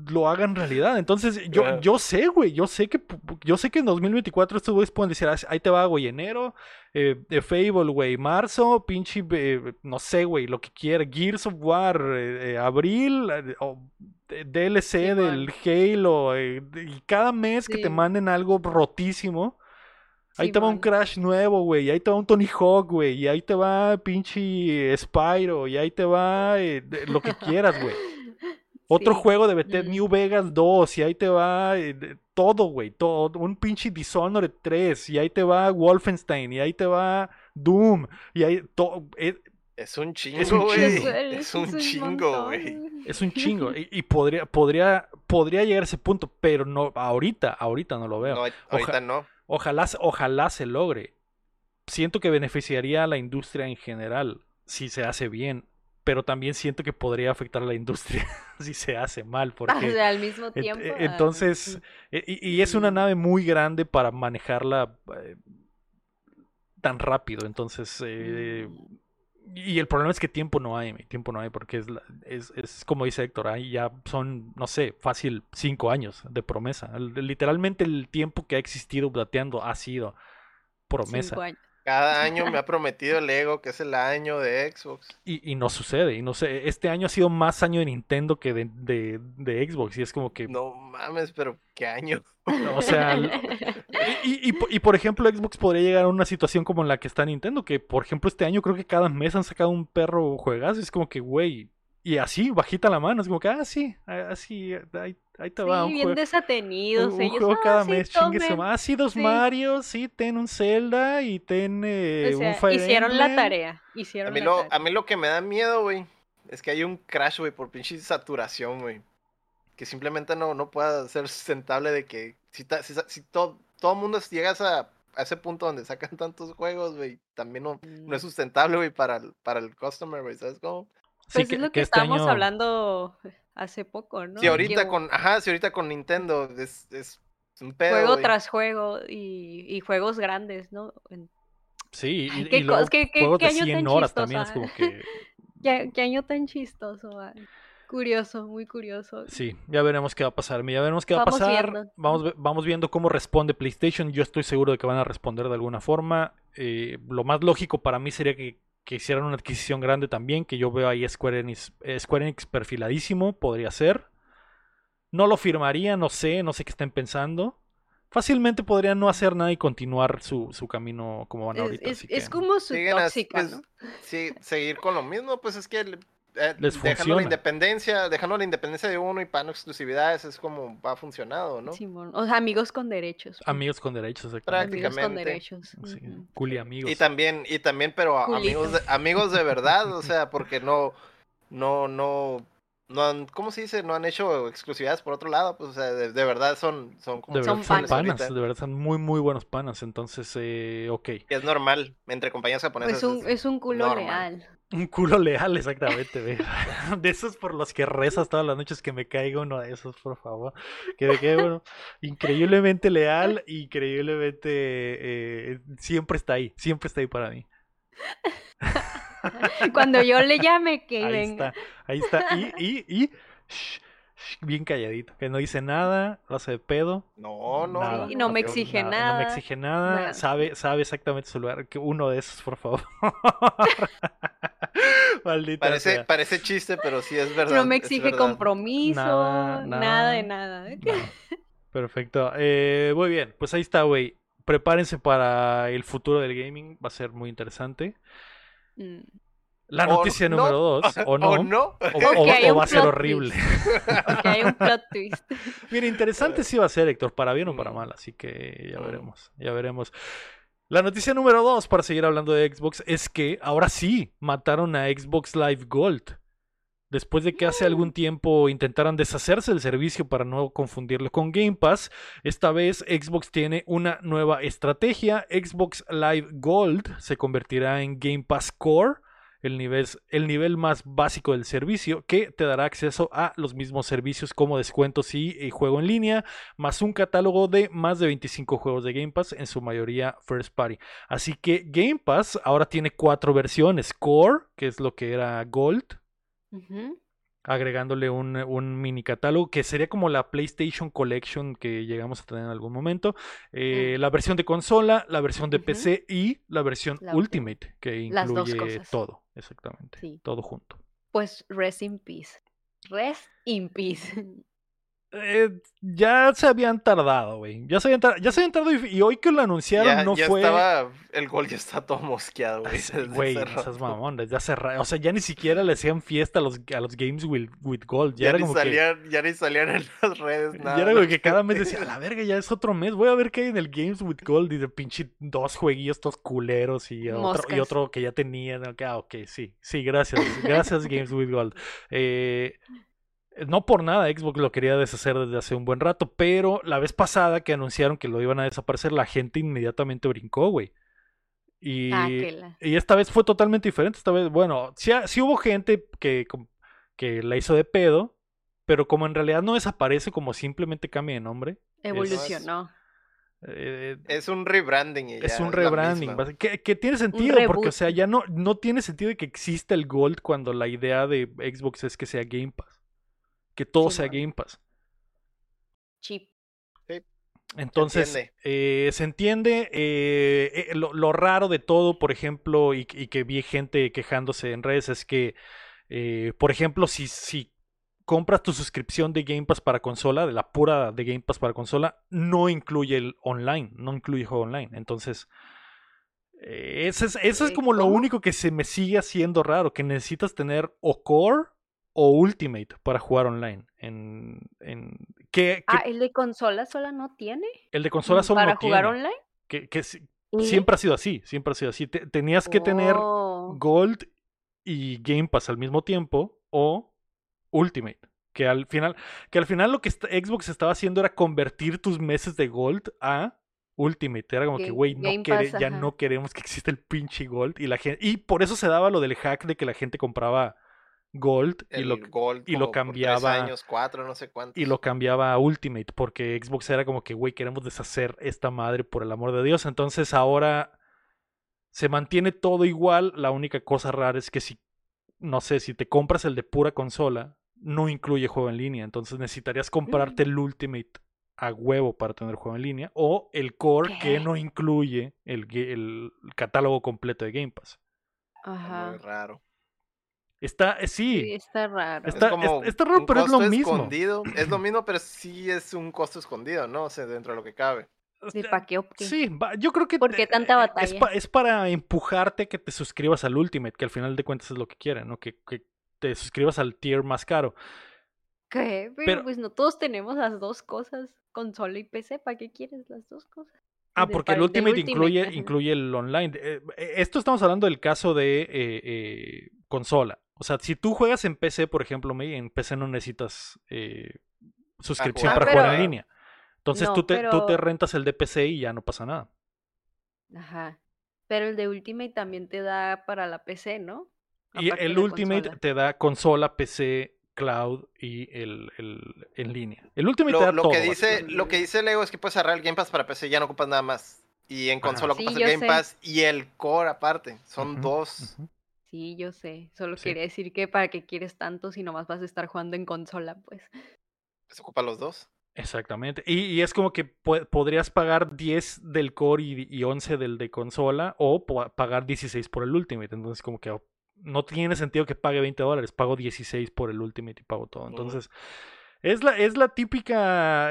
lo hagan realidad. Entonces, yo sé, güey, yo sé que en 2024 estos güeyes pueden decir, ahí te va, güey, enero, Fable, güey, marzo, pinche, no sé, güey, lo que quiera, Gears of War, abril, DLC del Halo, y cada mes que te manden algo rotísimo. Ahí te va un Crash nuevo, güey. Y ahí te va un Tony Hawk, güey. Y ahí te va pinche Spyro. Y ahí te va lo que quieras, güey. Otro juego de Bethesda, New Vegas 2. Y ahí te va todo, güey. Todo. Un pinche Dishonored 3. Y ahí te va Wolfenstein. Y ahí te va Doom. Y ahí todo. Es un chingo, güey. Es un chingo, güey. Es un chingo. Y podría llegar a ese punto. Pero no, ahorita no lo veo. No, ahorita no. Ojalá se logre. Siento que beneficiaría a la industria en general si se hace bien, pero también siento que podría afectar a la industria si se hace mal, porque o sea, al mismo tiempo. Entonces, y es una nave muy grande para manejarla tan rápido, entonces y el problema es que tiempo no hay porque es como dice Héctor, ahí ya son, no sé, fácil 5 años de promesa. Literalmente el tiempo que ha existido Dateando ha sido promesa. 5 años. Cada año me ha prometido el Lego que es el año de Xbox. Y no sucede, y no sé, este año ha sido más año de Nintendo que de Xbox, y es como que... No mames, pero ¿qué año? O sea, y por ejemplo, Xbox podría llegar a una situación como en la que está Nintendo, que por ejemplo este año creo que cada mes han sacado un perro juegazo, es como que, güey, y así, bajita la mano, es como que, sí, así, ahí te va. Sí, bien desatenidos. Un juego cada mes, chingue más. Sí, dos Mario, sí, ten un Zelda y ten un Fire hicieron Emblem. La tarea. A mí lo que me da miedo, güey, es que hay un crash, güey, por pinche saturación, güey. Que simplemente no pueda ser sustentable de que si todo el mundo llegas a ese punto donde sacan tantos juegos, güey, también no es sustentable, güey, para el customer, güey, ¿sabes cómo? Pues sí, es lo que estábamos hablando hace poco, ¿no? Sí, ahorita con Nintendo es un pedo, juego güey. Tras juego y juegos grandes, ¿no? Sí, y luego juegos de 100 horas también, es como que... ¿Qué año tan chistoso? Curioso, muy curioso. Sí, ya veremos qué va a pasar. Vamos viendo cómo responde PlayStation. Yo estoy seguro de que van a responder de alguna forma. Lo más lógico para mí sería que hicieran una adquisición grande también, que yo veo ahí Square Enix perfiladísimo, podría ser. No lo firmaría, no sé qué estén pensando. Fácilmente podrían no hacer nada y continuar su camino como van ahorita. Es como su tóxica, ¿no? Sí, seguir con lo mismo, pues es que les dejando la funciona. dejando la independencia de uno y pagando exclusividades es como ha funcionado, ¿no? Simón. O sea, amigos con derechos. Amigos con derechos, prácticamente. Amigos con derechos. Sí, culi amigos. Y también, pero amigos de verdad, o sea, porque no han, ¿cómo se dice? No han hecho exclusividades por otro lado, pues, o sea, de verdad son como son panas, de verdad son muy, muy buenos panas, entonces, ok. Y es normal, entre compañías japonesas. Es un culo leal. Un culo leal, exactamente, ve. De esos por los que rezas todas las noches, que me caiga uno de esos, por favor. Que me quede, bueno, increíblemente leal, increíblemente, siempre está ahí para mí. Cuando yo le llame, que ahí venga. Ahí está. Y bien calladito, que no dice nada, lo hace de pedo. Nada. Y no me exige nada. No me exige nada. Sabe exactamente su lugar. Que uno de esos, por favor. Maldita sea. Parece chiste, pero sí es verdad. No me exige compromiso, nada de nada. Perfecto. Muy bien, pues ahí está, güey. Prepárense para el futuro del gaming. Va a ser muy interesante. La noticia número 2, o va a ser horrible. Porque hay un plot twist. Bien, interesante sí va a ser, Héctor, para bien o para mal, así que ya veremos. La noticia número 2, para seguir hablando de Xbox, es que ahora sí mataron a Xbox Live Gold. Después de que hace algún tiempo intentaran deshacerse del servicio para no confundirlo con Game Pass, esta vez Xbox tiene una nueva estrategia. Xbox Live Gold se convertirá en Game Pass Core, el nivel más básico del servicio, que te dará acceso a los mismos servicios como descuentos y juego en línea, más un catálogo de más de 25 juegos de Game Pass, en su mayoría first party. Así que Game Pass ahora tiene 4 versiones: Core, que es lo que era Gold, agregándole un mini catálogo que sería como la PlayStation Collection que llegamos a tener en algún momento. La versión de consola, la versión de PC y la versión La Ultimate, que Las dos incluye cosas. todo, exactamente, Sí. todo junto. Pues rest in peace. Rest in peace. Ya se habían tardado, güey. Ya se habían tardado y hoy que lo anunciaron no ya fue... estaba, el gol ya está todo mosqueado, güey. Sí, desde güey, hace no seas rato. mamón, desde hace rato. O sea, ya ni siquiera le hacían fiesta a los Games with Gold. Ya Ya era ni como que... salían en las redes Ya nada. era como los que cada mes memes. decía, a la verga, ya es otro mes. Voy a ver qué hay en el Games with Gold. Y de pinche 2 jueguillos, todos culeros. Y Moscas. otro que ya tenía. ¿No? Ok, sí, gracias. Gracias, Games with Gold. No por nada, Xbox lo quería deshacer desde hace un buen rato. Pero la vez pasada que anunciaron que lo iban a desaparecer, la gente inmediatamente brincó, güey. Y esta vez fue totalmente diferente. Esta vez, bueno, sí hubo gente que la hizo de pedo, pero como en realidad no desaparece, como simplemente cambia de nombre. Evolucionó. Es un rebranding. Es un es la rebranding. misma. Que tiene sentido, porque, o sea, ya no tiene sentido de que exista el Gold cuando la idea de Xbox es que sea Game Pass. Que todo sea Game Pass. Chip. Sí. Entonces, se entiende. Lo raro de todo, por ejemplo, y que vi gente quejándose en redes, es que, por ejemplo, si compras tu suscripción de Game Pass para consola, de la pura de Game Pass para consola, no incluye el online, no incluye juego online. Entonces, eso es como lo único que se me sigue haciendo raro, que necesitas tener o Core o Ultimate para jugar online. ¿El de consola sola no tiene? El de consola solo ¿Para no jugar tiene. online? Siempre ha sido así, siempre ha sido así. Tenías que tener Gold y Game Pass al mismo tiempo o Ultimate. Que al final lo que Xbox estaba haciendo era convertir tus meses de Gold a Ultimate. Era como que, güey, ya no queremos que exista el pinche Gold. Y por eso se daba lo del hack de que la gente compraba Gold y lo cambiaba por 3 años, 4, no sé cuántos. Y lo cambiaba a Ultimate porque Xbox era como que, güey, queremos deshacer esta madre por el amor de Dios. Entonces ahora se mantiene todo igual. La única cosa rara es que no sé, si te compras el de pura consola, no incluye juego en línea. Entonces necesitarías comprarte el Ultimate a huevo para tener juego en línea. O el Core que no incluye el catálogo completo de Game Pass. Ajá. Muy raro. Sí, está raro. Está raro, pero es lo mismo. Escondido. Es lo mismo, pero sí es un costo escondido, ¿no? O sea, dentro de lo que cabe. ¿Para qué opte? Sí, yo creo que ¿Por qué tanta batalla? Es para empujarte que te suscribas al Ultimate, que al final de cuentas es lo que quieren, ¿no? Que te suscribas al tier más caro. ¿Qué? Pero pues no todos tenemos las dos cosas, consola y PC. ¿Para qué quieres las dos cosas? Porque el Ultimate incluye el online. Esto estamos hablando del caso de consola. O sea, si tú juegas en PC, por ejemplo, en PC no necesitas suscripción para jugar en línea. Entonces tú te rentas el de PC y ya no pasa nada. Ajá. Pero el de Ultimate también te da para la PC, ¿no? Y el Ultimate te da consola, PC, cloud y el en línea. El Ultimate te da todo. Lo que dice Lego es que puedes cerrar el Game Pass para PC, ya no ocupas nada más. Y en consola ocupas el Game Pass y el Core aparte. Son dos. Sí, yo sé. Solo quería decir que para qué quieres tanto si nomás vas a estar jugando en consola, pues. Se ocupan los dos. Exactamente. Y es como que podrías pagar 10 del Core y 11 del de consola o pagar 16 por el Ultimate. Entonces como que no tiene sentido que pague $20. Pago 16 por el Ultimate y pago todo. Entonces es la típica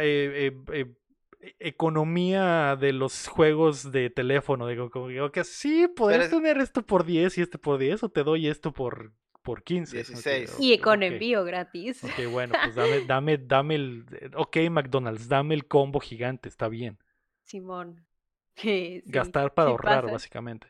economía de los juegos de teléfono. Digo, como que sí, podrías tener esto por 10 y este por 10 o te doy esto por 15. 16. Y con envío gratis. Ok, bueno, pues dame el... Ok, McDonald's, dame el combo gigante, está bien. Simón. Sí, gastar para ahorrar, básicamente.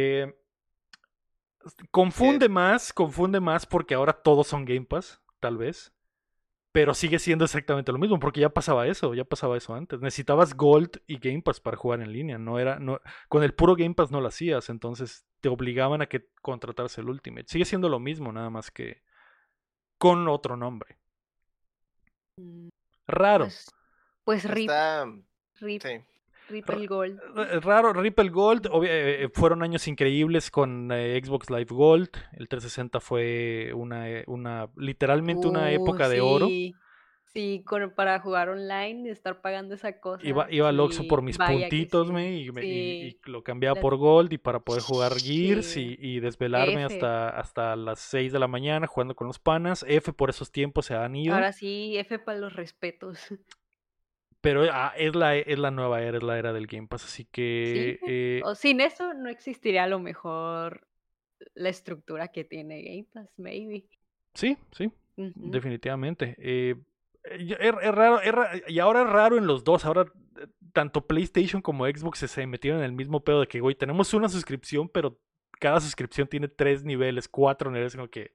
Confunde más porque ahora todos son Game Pass, tal vez. Pero sigue siendo exactamente lo mismo, porque ya pasaba eso antes. Necesitabas Gold y Game Pass para jugar en línea. Con el puro Game Pass no lo hacías, entonces te obligaban a que contratarse el Ultimate. Sigue siendo lo mismo, nada más que con otro nombre. Raro. Pues RIP. Sí. Ripple Gold. Raro, Ripple Gold, fueron años increíbles con Xbox Live Gold. El 360 fue literalmente una época de oro. Sí, para jugar online, estar pagando esa cosa. Iba al Oxxo por mis vaya que puntitos, sí. y lo cambiaba por Gold y para poder jugar Gears Sí. y desvelarme F. hasta las 6 de la mañana jugando con los panas. F por esos tiempos se han ido. Ahora sí, F para los respetos. Pero es la nueva era, es la era del Game Pass, así que... Sí, o sin eso no existiría a lo mejor la estructura que tiene Game Pass, maybe. Sí, Ujú. definitivamente. Es raro, y ahora es raro en los dos. Ahora tanto PlayStation como Xbox se metieron en el mismo pedo de que, güey, tenemos una suscripción, pero cada suscripción tiene 3 niveles, 4 niveles, como que...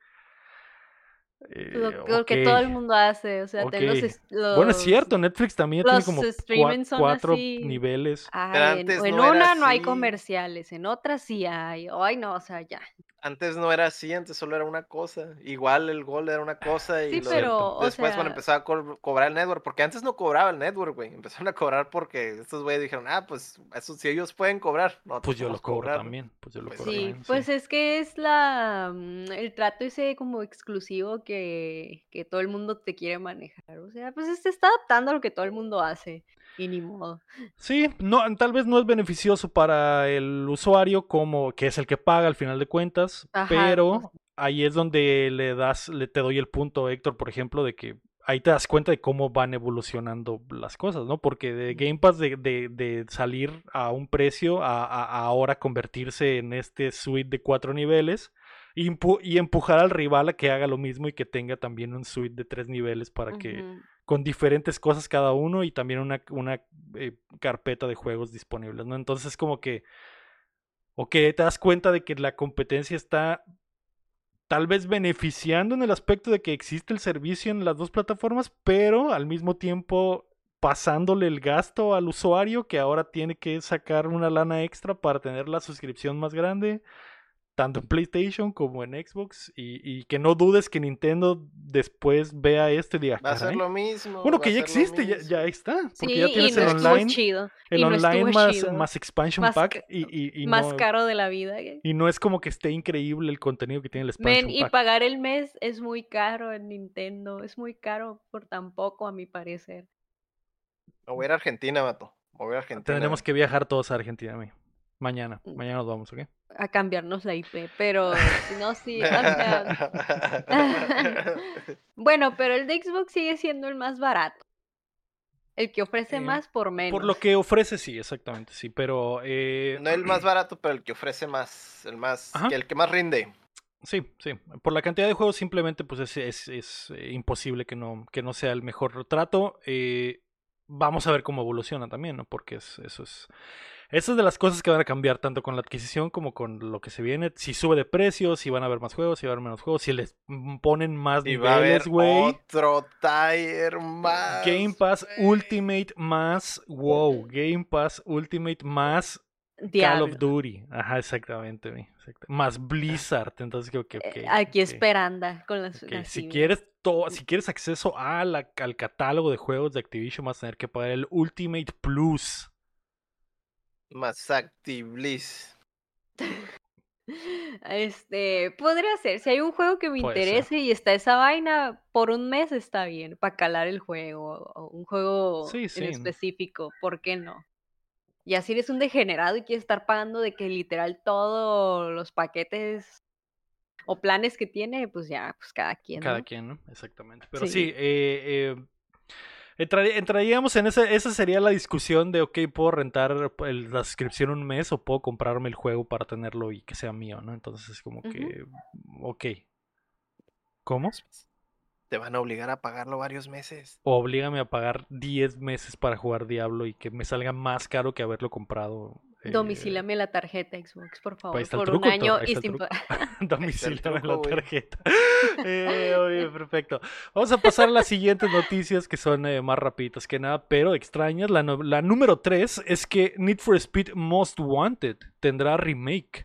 Lo que todo el mundo hace, o sea, Bueno, es cierto, Netflix también tiene como streaming son 4 así. niveles. Ay, antes en no era una no hay así. comerciales, en otra sí hay. Ay, no, o sea, ya. Antes no era así, antes solo era una cosa. Igual el Gold era una cosa y Sí, pero, o después sea, cuando empezaba a cobrar el network, porque antes no cobraba el network, güey. Empezaron a cobrar porque estos güeyes dijeron, pues eso si ellos pueden cobrar, nosotros Pues yo lo podemos cobro cobrar, ¿no? también. Pues yo lo Pues cobro sí, también, pues sí. es que es el trato ese como exclusivo que todo el mundo te quiere manejar. O sea, pues se está adaptando a lo que todo el mundo hace y ni modo. Sí, no, tal vez no es beneficioso para el usuario como que es el que paga al final de cuentas, Ajá, pero pues, ahí es donde te doy el punto, Héctor, por ejemplo, de que ahí te das cuenta de cómo van evolucionando las cosas, ¿no? Porque de Game Pass de salir a un precio a ahora convertirse en este suite de 4 niveles y empujar al rival a que haga lo mismo y que tenga también un suite de 3 niveles para que ujú. con diferentes cosas cada uno y también una carpeta de juegos disponibles, ¿no? Entonces como que, te das cuenta de que la competencia está tal vez beneficiando en el aspecto de que existe el servicio en las dos plataformas, pero al mismo tiempo pasándole el gasto al usuario que ahora tiene que sacar una lana extra para tener la suscripción más grande, tanto en PlayStation como en Xbox, y que no dudes que Nintendo después vea esto y diga, Va a ser caray. lo mismo. Bueno, va que a ya ser lo existe, ya mismo. está. Porque Sí, ya y tienes no el estuvo online, chido. el Y no online estuvo más, chido. más expansion Más, pack ca- y más no, caro de la vida. y no es como que esté increíble el contenido que tiene el Men, expansion y pack. pagar el mes es muy caro en Nintendo. Es muy caro por tan poco, a mi parecer. Me voy a ir a Argentina, vato. Me voy a Argentina. Tendremos que viajar todos a Argentina, mañana. Mm. Mañana nos vamos, ¿ok? A cambiarnos la IP, pero si no, sí, o sea. Bueno, pero el de Xbox sigue siendo el más barato. El que ofrece más por Por menos. lo que ofrece, sí, exactamente, sí, pero... No el más barato, pero el que ofrece más. Ajá. El que más rinde. Sí, por la cantidad de juegos simplemente pues es imposible que no sea el mejor trato. Vamos a ver cómo evoluciona también, ¿no? Porque eso es de las cosas que van a cambiar tanto con la adquisición como con lo que se viene. Si sube de precio, si van a haber más juegos, si va a haber menos juegos, si les ponen más Y va a haber niveles, güey. otro tier más. Game Pass güey. Ultimate más, wow, Game Pass Ultimate más Call of Diablo. Duty. Ajá, exactamente, güey. Más Blizzard. Entonces creo que Aquí ok. esperando con las Si ideas. quieres acceso al catálogo de juegos de Activision, vas a tener que pagar el Ultimate Plus. Más Actibliss. Podría ser. Si hay un juego que me Puede interese y está esa vaina, por un mes está bien, para calar el juego, o un juego Sí, en sí. específico, ¿por qué no? Y así eres un degenerado y quieres estar pagando de que literal todos los paquetes o planes que tiene, pues ya, pues cada quien, Cada ¿no? quien, ¿no? Exactamente. Pero Sí. sí, entraríamos en esa sería la discusión de, ok, ¿puedo rentar la suscripción un mes o puedo comprarme el juego para tenerlo y que sea mío, ¿no? Entonces es como que, ok. ¿Cómo? Te van a obligar a pagarlo varios meses. O oblígame a pagar 10 meses para jugar Diablo y que me salga más caro que haberlo comprado. Domicílame la tarjeta Xbox, por Ahí favor, está el por truco, un año Héctor, ahí y está el sin truco. pagar. Domicíliame truco, la güey. tarjeta. Oye, perfecto. Vamos a pasar a las siguientes noticias que son más rapiditas que nada, pero extrañas. La número 3 es que Need for Speed Most Wanted tendrá remake.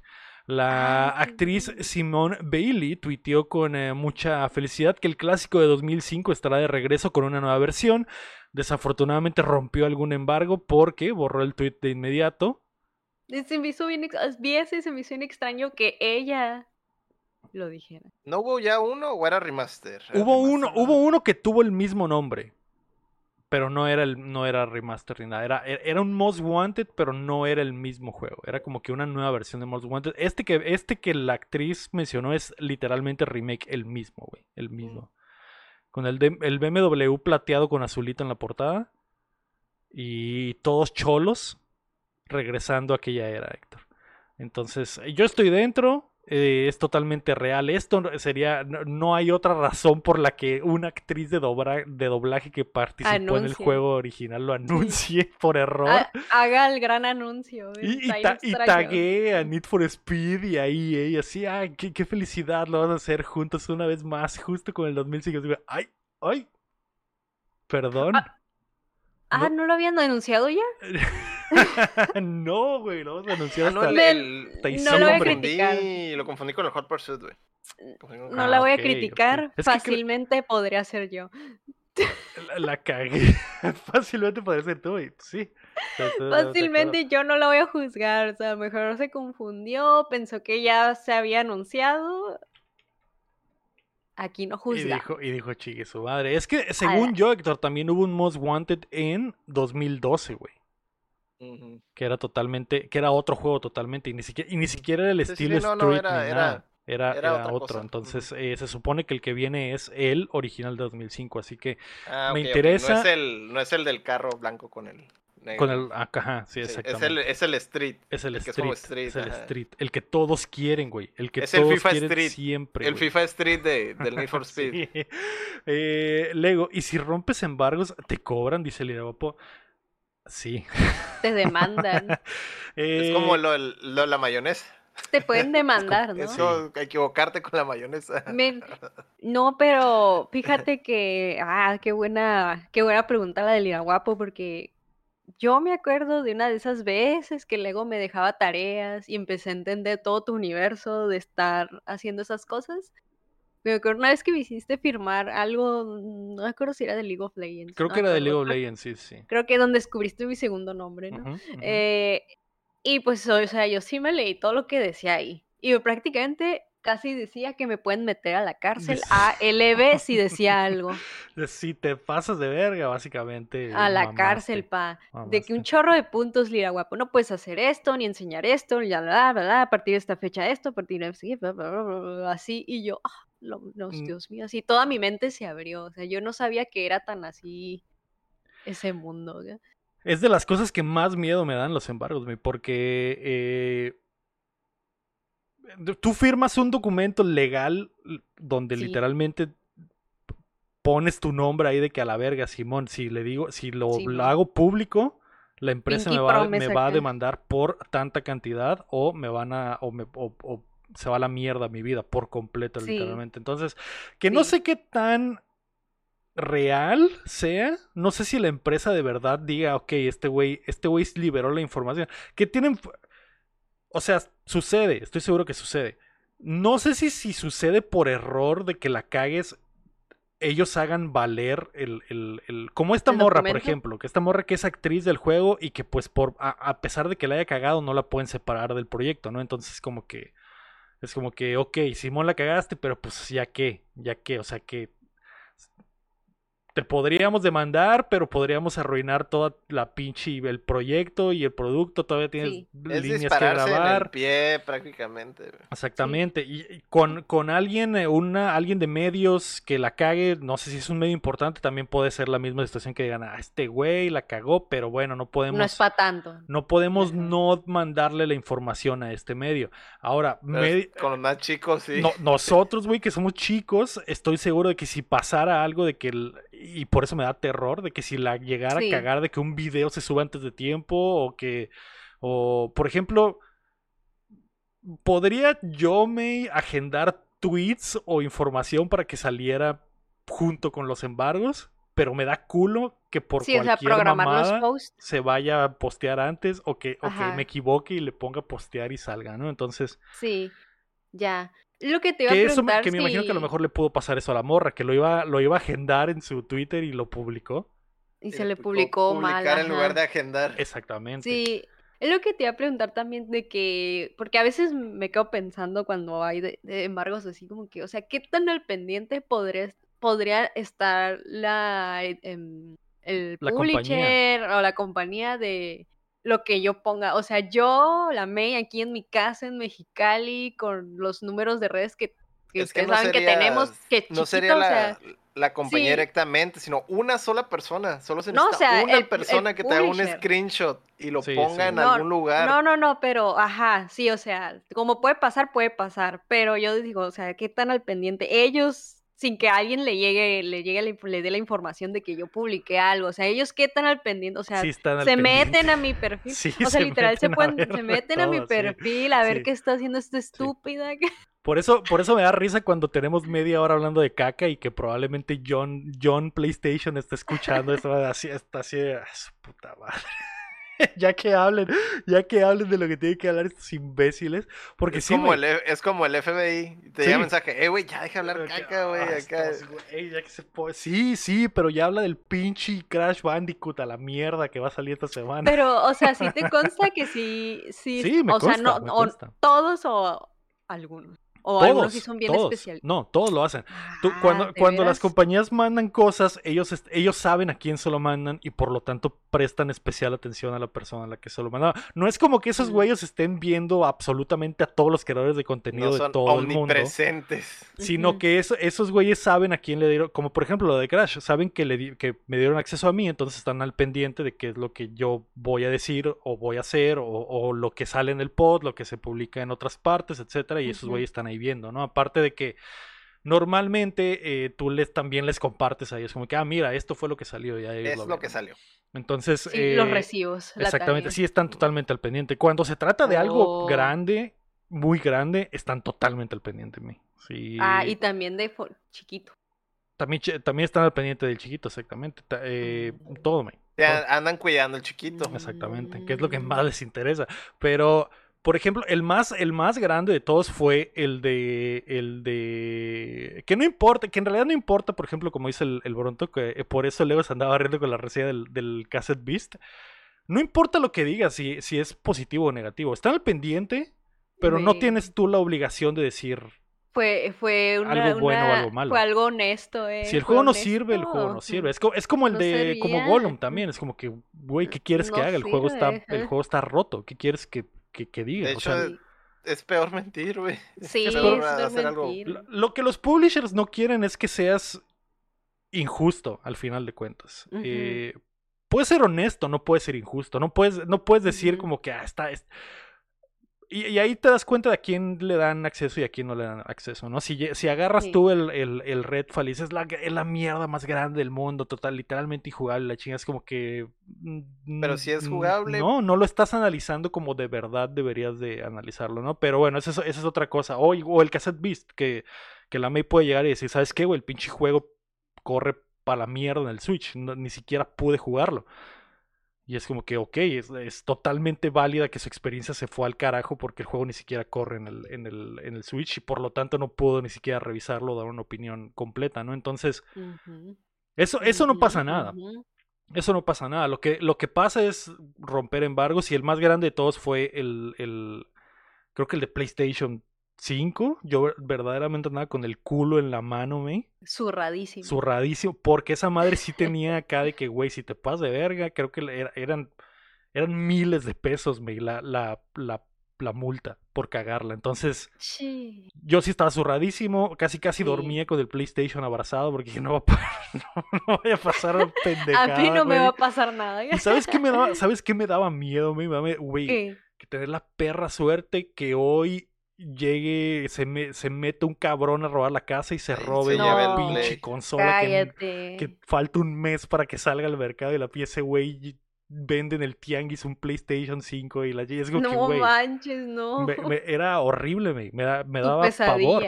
La Ay, actriz sí. Simone Bailey tuiteó con mucha felicidad que el clásico de 2005 estará de regreso con una nueva versión. Desafortunadamente rompió algún embargo porque borró el tweet de inmediato. Se me hizo bien, vi ese y se me hizo bien extraño que ella lo dijera. ¿No hubo ya uno o era remaster? Era Hubo remaster, hubo ¿verdad? uno que tuvo el mismo nombre, pero no era remaster ni nada. Era un Most Wanted, pero no era el mismo juego. Era como que una nueva versión de Most Wanted. Este que la actriz mencionó es literalmente remake el mismo, güey. El mismo. Con el BMW plateado con azulito en la portada. Y todos cholos regresando a aquella era, Héctor. Entonces, yo estoy dentro. Es totalmente real. Esto sería. No hay otra razón por la que una actriz de doblaje que participó en el Anuncie. juego original lo Sí. anuncie por error. Haga el gran anuncio. Está Y extraño. tagué a Need for Speed y ahí y así, ay, qué felicidad, lo van a hacer juntos una vez más, justo con el 2005. Digo, ay, ay, perdón. No, ¿No lo habían anunciado ya? no, güey, lo vamos a anunciar Ah, no, hasta, No lo voy a diciembre. criticar. Lo confundí con el Hot Pursuit, güey. No la voy a ok, criticar. ok. Es que Fácilmente podría ser yo. la cagué. Fácilmente podría ser tú, güey. Sí. Estoy de acuerdo. Fácilmente yo no la voy a juzgar. O sea, a lo mejor se confundió, pensó que ya se había anunciado. Aquí no juzgamos. Y dijo, chique su madre. Es que, según yo, Héctor, también hubo un Most Wanted en 2012, güey. Ujú. Que era otro juego totalmente. Y ni siquiera era el Sí, estilo no, Street era, ni era, nada. Era otra otro. cosa. Entonces, se supone que el que viene es el original de 2005. Así que Ah, me ok, interesa. No es el del carro blanco con el negro. Con el. Ajá, sí, Sí, exactamente. es el Street. Es el que es como Street. Street. Es el Ajá. Street. El que todos quieren, güey. El que Es el todos FIFA quieren Street. siempre. El güey. FIFA Street del Need for Speed. Sí. Lego, y si rompes embargos, te cobran, dice el Irapapo. Sí. Te demandan. Es como la mayonesa. Te pueden demandar, ¿no? Es como equivocarte con la mayonesa. No, pero fíjate que, qué buena pregunta la del Iraguapo, porque yo me acuerdo de una de esas veces que Lego me dejaba tareas y empecé a entender todo tu universo de estar haciendo esas cosas. Me acuerdo una vez que me hiciste firmar algo, no me acuerdo si era de League of Legends, Creo no que me era de League acuerdo. of Legends, sí. Creo que donde descubriste mi segundo nombre, ¿no? Ujú, ujú. Y pues, o sea, yo sí me leí todo lo que decía ahí. Y yo prácticamente casi decía que me pueden meter a la cárcel a LB si decía algo. Si te pasas de verga, básicamente. A la cárcel, de que un Mamaste. chorro de puntos, Lira Guapo, no puedes hacer esto, ni enseñar esto, ya, a partir de esta fecha esto, a partir de así, y yo, Dios mío, así toda mi mente se abrió, o sea, yo no sabía que era tan así ese mundo, ¿ya? Es de las cosas que más miedo me dan los embargos, güey, porque tú firmas un documento legal donde Sí. literalmente pones tu nombre ahí de que a la verga, Simón, si lo Simón. hago público, la empresa Pinky me va Promise a acá. demandar por tanta cantidad o me van a o se va a la mierda mi vida por completo, Sí. literalmente. Entonces, que no Sí. sé qué tan real sea, no sé si la empresa de verdad diga, ok, este güey liberó la información, que tienen, o sea, sucede, estoy seguro que sucede. No sé si sucede por error de que la cagues, ellos hagan valer como esta ¿El morra, por documento? ejemplo, que esta morra que es actriz del juego y que pues a pesar de que la haya cagado, no la pueden separar del proyecto, ¿no? Entonces es como que, ok, Simón la cagaste, pero pues ya qué, o sea que te podríamos demandar, pero podríamos arruinar toda la pinche el proyecto y el producto, todavía tienes Sí. Es líneas que dispararse en el grabar. pie prácticamente. Güey. Exactamente, y con alguien, alguien de medios que la cague, no sé si es un medio importante, también puede ser la misma situación que digan, este güey la cagó, pero bueno, no podemos, No es para tanto. no podemos Ajá. no mandarle la información a este medio. Ahora, Con los más chicos, sí. nosotros, güey, que somos chicos, estoy seguro de que si pasara algo de que, y por eso me da terror, de que si la llegara Sí. a cagar, de que un video se suba antes de tiempo, o por ejemplo, ¿podría yo me agendar tweets o información para que saliera junto con los embargos? Pero me da culo que por Sí, o sea, cualquier programar los mamada posts. se vaya a postear antes o que me Ajá, equivoque y le ponga postear y salga, ¿no? Entonces, sí, ya. Lo que te iba a preguntar que me imagino que a lo si... mejor le pudo pasar eso a la morra, que lo iba a agendar en su Twitter y lo publicó. Y Y se le le picó publicó mal, publicar en lugar de ajá. agendar. Exactamente. Sí, es lo que te iba a preguntar también de que, porque a veces me quedo pensando cuando hay de embargos así como que, o sea, ¿qué tan al pendiente podría estar el La compañía. publisher o la compañía de lo que yo ponga? O sea, yo, la May, aquí en mi casa en Mexicali, con los números de redes que Es que ustedes saben que tenemos, que es no sería chiquito, o sea, la compañía sí, directamente, sino una sola persona. Solo se no, o necesita sea, una el persona que te haga un publisher. screenshot y lo Sí, ponga sí. en No, algún lugar. no, pero, ajá, sí, o sea, como puede pasar, pero yo digo, o sea, ¿qué tan al pendiente? Ellos, sin que alguien le dé la información de que yo publiqué algo, o sea, ellos qué tan al pendiente, o Sí sea, están al se pendiente. meten a mi perfil, Sí, o sea, se literal, meten a ver se meten a mi todo, sí. perfil a ver Sí, qué está haciendo esta sí. estúpida. Por eso me da risa cuando tenemos media hora hablando de caca y que probablemente John PlayStation está escuchando esto así, está así, su puta madre. Ya que hablen de lo que tienen que hablar estos imbéciles. Porque sí, güey. Es como el FBI. Te Sí. llega mensaje, güey, ya deja de hablar caca, güey. Acá. Sí, pero ya habla del pinche Crash Bandicoot a la mierda que va a salir esta semana. Pero, o sea, sí te consta que sí, Sí, me o sea, consta, no, me o consta. todos o algunos, o algunos sí son bien especiales. No, todos lo hacen. Ah, ¿de Cuando las veras? compañías mandan cosas, ellos saben a quién se lo mandan y por lo tanto prestan especial atención a la persona a la que se lo mandaba. No es como que esos Mm, güeyes estén viendo absolutamente a todos los creadores de No contenido de son todo el mundo, omnipresentes. sino ujú. que esos güeyes saben a quién le dieron, como por ejemplo lo de Crash, saben que me dieron acceso a mí, entonces están al pendiente de qué es lo que yo voy a decir o voy a hacer o lo que sale en el pod, lo que se publica en otras partes, etcétera, y esos Ujú. güeyes están ahí viendo, ¿no? Aparte de que normalmente tú también les compartes a ellos, como que, mira, esto fue lo que salió, ya ellos Es lo lo que vieron, ¿no? salió. Entonces, Sí, los recibos, la exactamente, tarea. sí están totalmente al pendiente. Cuando se trata de algo Oh. grande, muy grande, están totalmente al pendiente de mí. Ah, y Sí, también de chiquito. también están al pendiente del chiquito, exactamente. Todo, me. Todo. Ya andan cuidando el chiquito. Exactamente, que es lo que Mm, más les interesa. Pero, por ejemplo, el más grande de todos fue que no importa, que en realidad no importa, por ejemplo, como dice el Bronto, que por eso Leo se andaba riendo con la reseña del Cassette Beast. No importa lo que digas, si es positivo o negativo. Están al pendiente, pero no me- tienes tú la obligación de decir fue algo bueno o algo fue malo. algo honesto, Si el fue juego no sirve, el juego honesto. no sirve. Es como el No de como servía. Gollum también. Es como que, güey, ¿qué quieres que No haga? sirve. El juego está roto. ¿Qué quieres que diga? De O hecho, sea, Sí, es peor mentir, güey. Es es sí, peor peor. es súper hacer algo. mentira. Lo que los publishers no quieren es que seas injusto al final de cuentas. Ujú, Puedes ser honesto, no puedes ser injusto. No puedes decir ujú. como que y ahí te das cuenta de a quién le dan acceso y a quién no le dan acceso, ¿no? Si agarras Sí. tú el Redfall y dices es la mierda más grande del mundo, total, literalmente injugable, la chinga es como que Pero si es jugable, no lo estás analizando como de verdad deberías de analizarlo, ¿no? Pero bueno, esa es otra cosa. O el Cassette Beast, que la May puede llegar y decir, ¿sabes qué, güey? El pinche juego corre para la mierda en el Switch, ni siquiera pude jugarlo. Y es como que, ok, es totalmente válida que su experiencia se fue al carajo porque el juego ni siquiera corre en el Switch y por lo tanto no puedo ni siquiera revisarlo o dar una opinión completa, ¿no? Entonces, Ujú, eso no ujú, pasa nada. ujú. Eso no pasa nada. Lo que pasa es romper embargos y el más grande de todos fue creo que el de PlayStation 5. Yo verdaderamente andaba con el culo en la mano, me. Zurradísimo. Zurradísimo, porque esa madre sí tenía acá de que, güey, si te pasas de verga, creo que eran miles de pesos, me, la multa por cagarla. Entonces, Sí. yo sí estaba zurradísimo, casi Sí. dormía con el PlayStation abrazado porque dije, no va a, no vaya a pasar una A mí pendejada, no me va güey. a pasar nada. ¿Y sabes qué me daba miedo, güey? ¿Qué? Que tener la perra suerte que hoy llegue, se mete un cabrón a robar la casa y se ahí robe se lleva una el No, pinche Play. consola que cállate. falta un mes para que salga al mercado y la pieza, güey, vende en el tianguis un PlayStation 5 y es como que, No güey, manches, no. era horrible, me Tu daba pavor. pesadilla.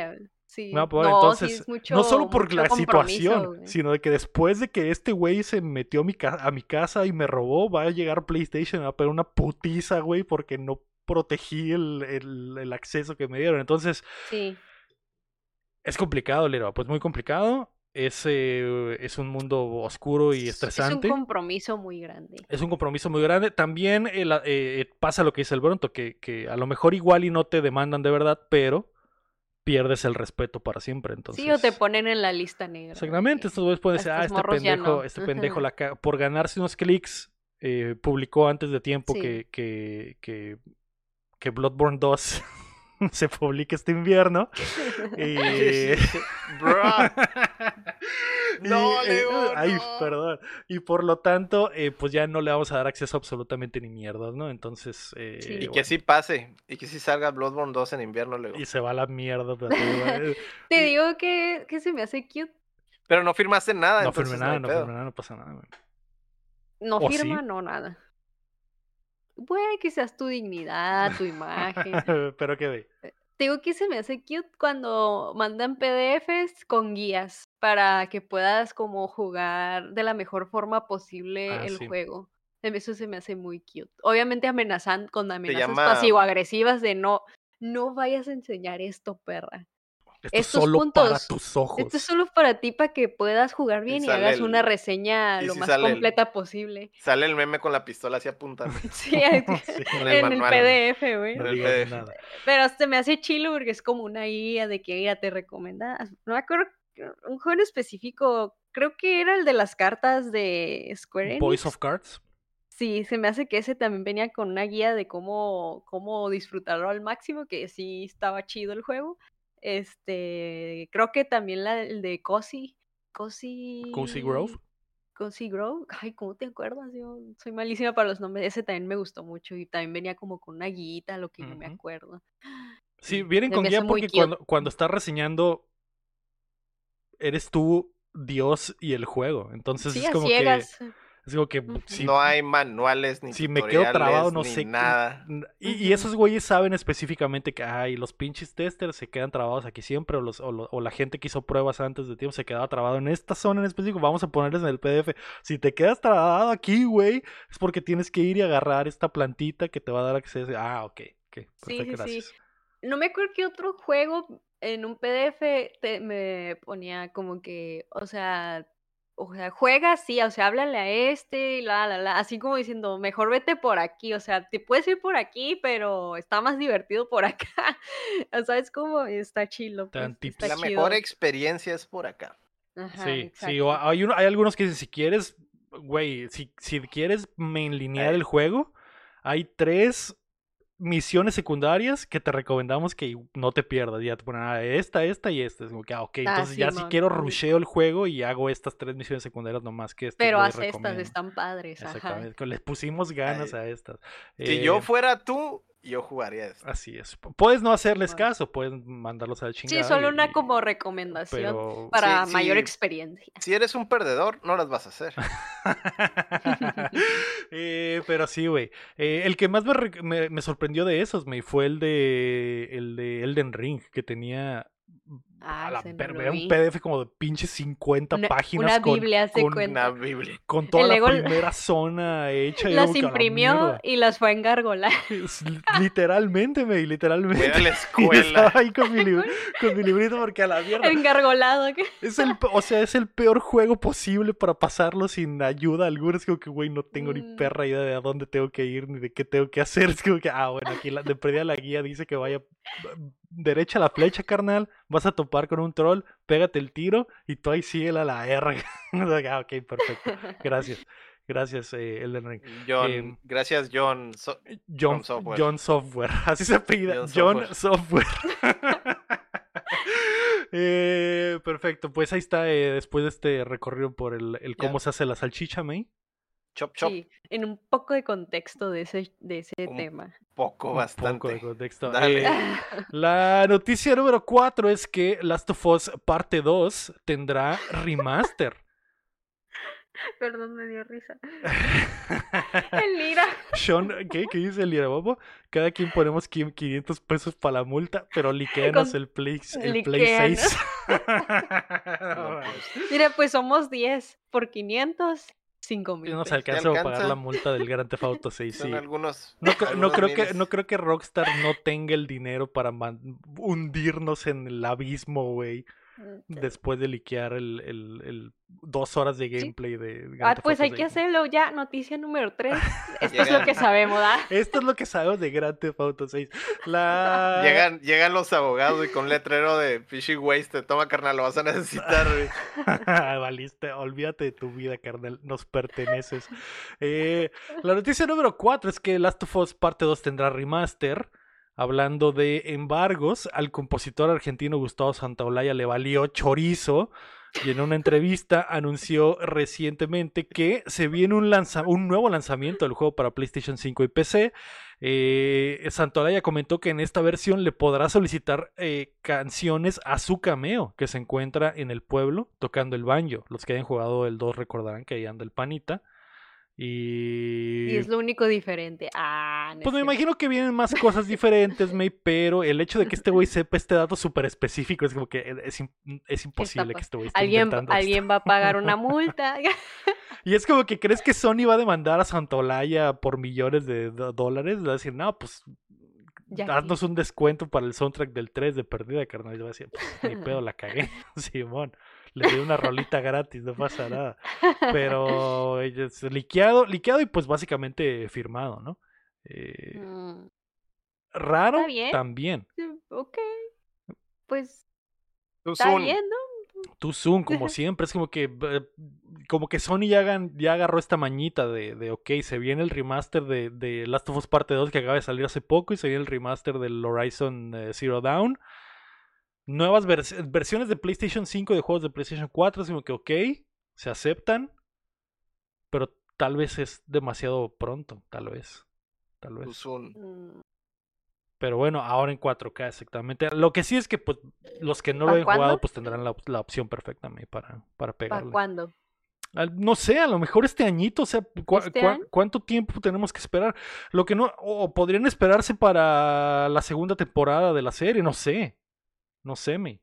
Sí. Me va a poner, No, sí entonces, es mucho, no solo por mucho la situación, compromiso, güey. sino de que después de que este güey se metió a mi casa y me robó, va a llegar PlayStation a pegar una putiza, güey, porque no protegí el acceso que me dieron. Entonces, Sí. es complicado, Lero, pues muy complicado. Es un mundo oscuro y Es un estresante. compromiso muy grande. Es un compromiso muy grande. También pasa lo que dice el Bronto, que a lo mejor igual y no te demandan de verdad, pero pierdes el respeto para siempre. Sí, o te Entonces, ponen en la lista negra de exactamente, que estos güeyes pueden a decir, estos morros ya no. este pendejo Ajá. por ganarse unos clics, publicó antes de tiempo Sí. que Bloodborne 2 se publique este invierno. Y... Bro. No, y, Lego, ay, no. perdón. Y por lo tanto, pues ya no le vamos a dar acceso a absolutamente ni mierdas, ¿no? Entonces, Sí. Y que bueno, sí pase. Y que sí salga Bloodborne 2 en invierno, Lego. y se va a la mierda. Pero te digo, Te digo que se me hace cute. Pero no firmaste nada, no firme entonces no nada, hay pedo. no pasa nada, güey. No ¿O firma, sí? no nada. Puede que seas tu dignidad, tu imagen. Pero qué ve. Te digo que se me hace cute cuando mandan PDFs con guías para que puedas como jugar de la mejor forma posible el Sí. juego. Eso se me hace muy cute. Obviamente amenazan con amenazas llama- pasivo-agresivas de no vayas a enseñar esto, perra. Esto es Estos solo para puntos, tus esto es ojos. solo para ti, para que puedas jugar Y bien y sale hagas una reseña y lo si más sale completa posible. Sale el meme con la pistola así apuntando. Sí, Sí, Con el en el manual. PDF, güey. no en el digas PDF. nada. Pero se me hace chilo porque es como una guía de que ya te recomendas. No me acuerdo, un juego en específico, creo que era el de las cartas de Square Voice Enix. of Cards. Sí, se me hace que ese también venía con una guía de cómo disfrutarlo al máximo, que sí estaba chido el juego. Creo que también el de Cozy Grove. Cozy Grove. Ay, ¿cómo te acuerdas? Yo soy malísima para los nombres. Ese también me gustó mucho y también venía como con una guita, lo que yo me Ujú. acuerdo. Sí, Sí, vienen se con me guía hace muy porque cute. cuando estás reseñando, eres tú Dios y el juego. Entonces Sí, es a como que, ciegas. si, Ujú. No hay manuales, ni si me quedo trabado, tutoriales, no ni sé. nada. Y esos güeyes saben específicamente que los pinches testers se quedan trabados aquí siempre, o la gente que hizo pruebas antes de tiempo se quedaba trabado en esta zona en específico. Vamos a ponerles en el PDF. Si te quedas trabado aquí, güey, es porque tienes que ir y agarrar esta plantita que te va a dar acceso. Ok, Sí, perfecto, sí, gracias. sí. No me acuerdo qué otro juego en un PDF me ponía como que, o sea, juega así, o sea, háblale a y así como diciendo, mejor vete por aquí, o sea, te puedes ir por aquí, pero está más divertido por acá. O sea, es como, está chilo, Te dan pues, tips. está La mejor chido. experiencia es por acá. Ajá, Sí, exacto. hay algunos que dicen, si quieres, güey, si quieres mainlinear el juego, hay 3 misiones secundarias que te recomendamos que no te pierdas. Ya te ponen esta y esta. Es como que, ok, entonces ya si Simón. quiero rusheo el juego y hago estas 3 misiones secundarias nomás que estos Pero güeyes haz estas, recomiendan. están padres, ajá. Exactamente, les pusimos ganas Ay, a estas. Si yo fuera tú, yo jugaría esto. Así es. Puedes no hacerles Simón. caso, puedes mandarlos a la Sí, chingada. solo una como recomendación pero para Sí, mayor sí. experiencia. Si eres un perdedor, no las vas a hacer. Pero sí, güey. El que más me sorprendió de esos, me fue el de Elden Ring, que tenía a la Ese no verga, lo era un vi. PDF como de pinches 50 páginas Una Biblia, se Una cuenta. Biblia. con toda El la Lego primera zona hecha. Y las como que a la imprimió mierda. y las fue a engargolar. Literalmente, Voy literalmente. a la Y escuela. estaba ahí con mi librito porque a la mierda. Engargolado. O sea, es el peor juego posible para pasarlo sin ayuda alguna. Es como que, güey, no tengo ni perra idea de a dónde tengo que ir ni de qué tengo que hacer. Es como que, bueno, aquí de perdida la guía dice que vaya derecha a la flecha, carnal. Vas a topar con un troll, pégate el tiro y tú ahí síguela a la R. Ok, perfecto. Gracias. Gracias, Elden Ring. John, gracias, John. From Software. John Software. Así se apellida. John Software. Perfecto, pues ahí está, después de este recorrido por el cómo se hace la salchicha, May. Chop, chop. Sí, en un poco de contexto de ese Un tema. Poco, bastante. Un poco de contexto. Dale. La noticia número 4 es que Last of Us Parte 2 tendrá remaster. Perdón, me dio risa. El Lira. Sean, ¿qué dice el Irabobo? Cada quien ponemos 500 pesos para la multa, pero liquéanos el Play 6. Liquéanos. No, pues, Mira, pues somos 10 por 500, 5,000 Y nos pesos. alcanza a pagar alcanza. la multa del Grand Theft Auto 6, son sí. algunos. No algunos miles. creo que Rockstar no tenga el dinero para hundirnos en el abismo, güey. Después de liquear el 2 horas de gameplay de Grand Theft Pues Auto hay que 6. hacerlo ya. Noticia número 3. Esto es lo que sabemos, ¿verdad? Esto es lo que sabemos de Grand Theft Auto 6. La... Llegan los abogados y con un letrero de Fishy Waste, toma carnal, lo vas a necesitar, güey. Valiste, olvídate de tu vida, carnal, nos perteneces. La noticia número 4 es que Last of Us Parte 2 tendrá remaster. Hablando de embargos, al compositor argentino Gustavo Santaolalla le valió chorizo y en una entrevista anunció recientemente que se viene un nuevo lanzamiento del juego para PlayStation 5 y PC. Santaolalla comentó que en esta versión le podrá solicitar canciones a su cameo, que se encuentra en el pueblo tocando el banjo. Los que hayan jugado el 2 recordarán que ahí anda el panita. Y es lo único diferente. No Pues me es cierto. imagino que vienen más cosas diferentes, May, pero el hecho de que este güey sepa este dato súper específico es como que es imposible que este güey esté inventando esto. Alguien va a pagar una multa. Y es como que crees que Sony va a demandar a Santaolalla por millones de dólares. Va a decir, no, pues Ya haznos un descuento para el soundtrack del 3 de perdida, carnal. Y va a decir, pues, ni pedo, la cagué, Simón. Le di una rolita gratis, no pasa nada. Pero es liqueado y pues básicamente firmado, ¿no? Raro ¿Está bien? también. Ok. Pues Too está soon. bien, ¿no? Too soon, como siempre. Es como que Sony ya agarró esta mañita de ok, se viene el remaster de Last of Us Parte 2 que acaba de salir hace poco y se viene el remaster del Horizon Zero Dawn. Nuevas versiones de PlayStation 5 de juegos de PlayStation 4, es como que ok, se aceptan, pero tal vez es demasiado pronto, tal vez. Too soon. Pero bueno, ahora en 4K exactamente. Lo que sí es que pues los que no lo ¿Para hayan cuándo? jugado pues tendrán la opción perfecta para pegarle. ¿Para cuándo? No sé, a lo mejor este añito, o sea, ¿Este año? ¿cuánto tiempo tenemos que esperar? Lo que no, o podrían esperarse para la segunda temporada de la serie, no sé, me.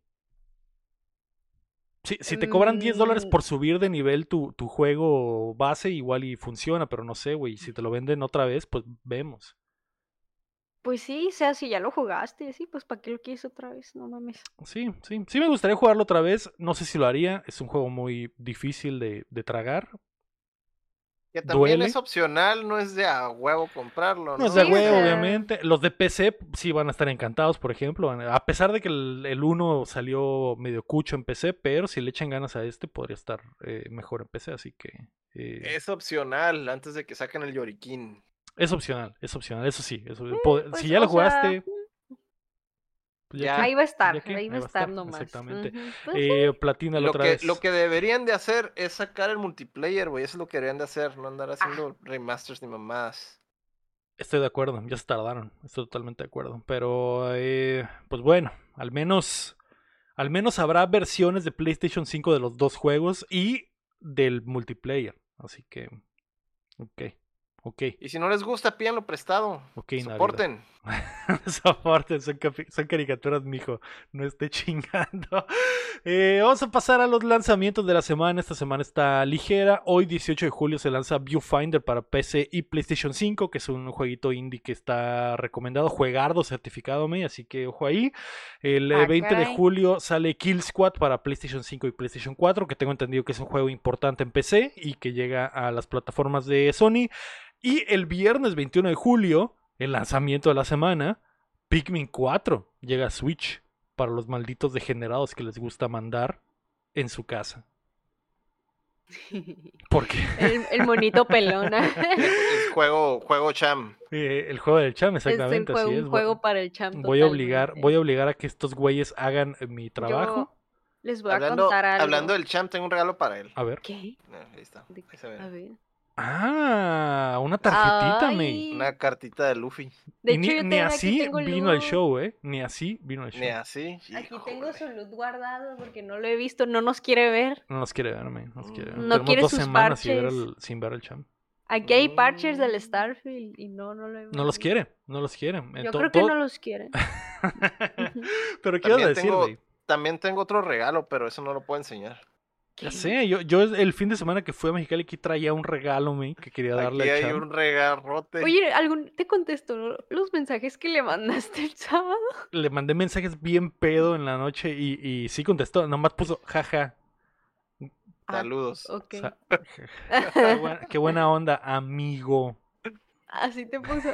Si te cobran $10 por subir de nivel tu juego base, igual y funciona, pero no sé, güey, si te lo venden otra vez, pues vemos. Pues sí, o sea, si ya lo jugaste, sí, pues ¿para qué lo quieres otra vez? No mames. Sí me gustaría jugarlo otra vez, no sé si lo haría, es un juego muy difícil de tragar. Que también es opcional, no es de a huevo comprarlo, ¿no? No es de Sí, huevo, o sea, obviamente. Los de PC sí van a estar encantados, por ejemplo. A pesar de que el 1 salió medio cucho en PC, pero si le echan ganas a este, podría estar mejor en PC, así que... Es opcional, antes de que saquen el Yorikin. Es opcional, eso sí. pues, si ya lo o sea, jugaste... pues ya. ahí va a estar, ¿ya qué? ahí va a estar nomás. Exactamente. Pues sí. Platínalo otra vez. Lo que deberían de hacer es sacar el multiplayer, güey. Eso es lo que deberían de hacer, no andar haciendo remasters ni mamadas. Estoy de acuerdo, ya se tardaron, estoy totalmente de acuerdo. Pero, pues bueno, al menos habrá versiones de PlayStation 5 de los dos juegos y del multiplayer. Así que, ok. Y si no les gusta, pídanlo prestado. Ok, soporten. Soporten, son caricaturas, mijo. No esté chingando. Vamos a pasar a los lanzamientos de la semana. Esta semana está ligera. Hoy, 18 de julio, se lanza Viewfinder para PC y PlayStation 5, que es un jueguito indie que está recomendado. Juegardo, certificado, así que ojo ahí. El 20 de julio sale Kill Squad para PlayStation 5 y PlayStation 4, que tengo entendido que es un juego importante en PC y que llega a las plataformas de Sony. Y el viernes 21 de julio, el lanzamiento de la semana, Pikmin 4 llega a Switch para los malditos degenerados que les gusta mandar en su casa. ¿Por qué? El monito pelona. El juego Cham. El juego del Cham, exactamente. Es así un es. juego para el Cham. Voy a obligar a que estos güeyes hagan mi trabajo. Yo les voy a contar algo. Hablando del Cham, tengo un regalo para él. A ver. ¿Qué? Ahí está. Ahí se ve. A ver. Una tarjetita. cartita, May. Una cartita de Luffy. De Y hecho, yo ni también aquí así tengo vino al loot. show, ¿eh? Ni así vino al show. Ni así. Aquí tengo Híjole. su loot guardado porque no lo he visto, no nos quiere ver. No nos quiere ver, May. No nos quiere ver. No Tenemos quiere 2 sus semanas parches. sin ver el champ. Aquí hay parches del Starfield y no lo hemos No los visto. quiere, no los quiere. Yo creo que no los quiere. Pero ¿qué ibas a decir, May? También tengo otro regalo, pero eso no lo puedo enseñar. Ya sé, yo el fin de semana que fui a Mexicali aquí traía un regalo, May, que quería darle Aquí al hay champ. un regarrote. Oye, te contesto los mensajes que le mandaste el sábado. Le mandé mensajes bien pedo en la noche y sí contestó. Nomás puso jaja. Saludos. Ok. Qué buena onda, amigo. Así te puso.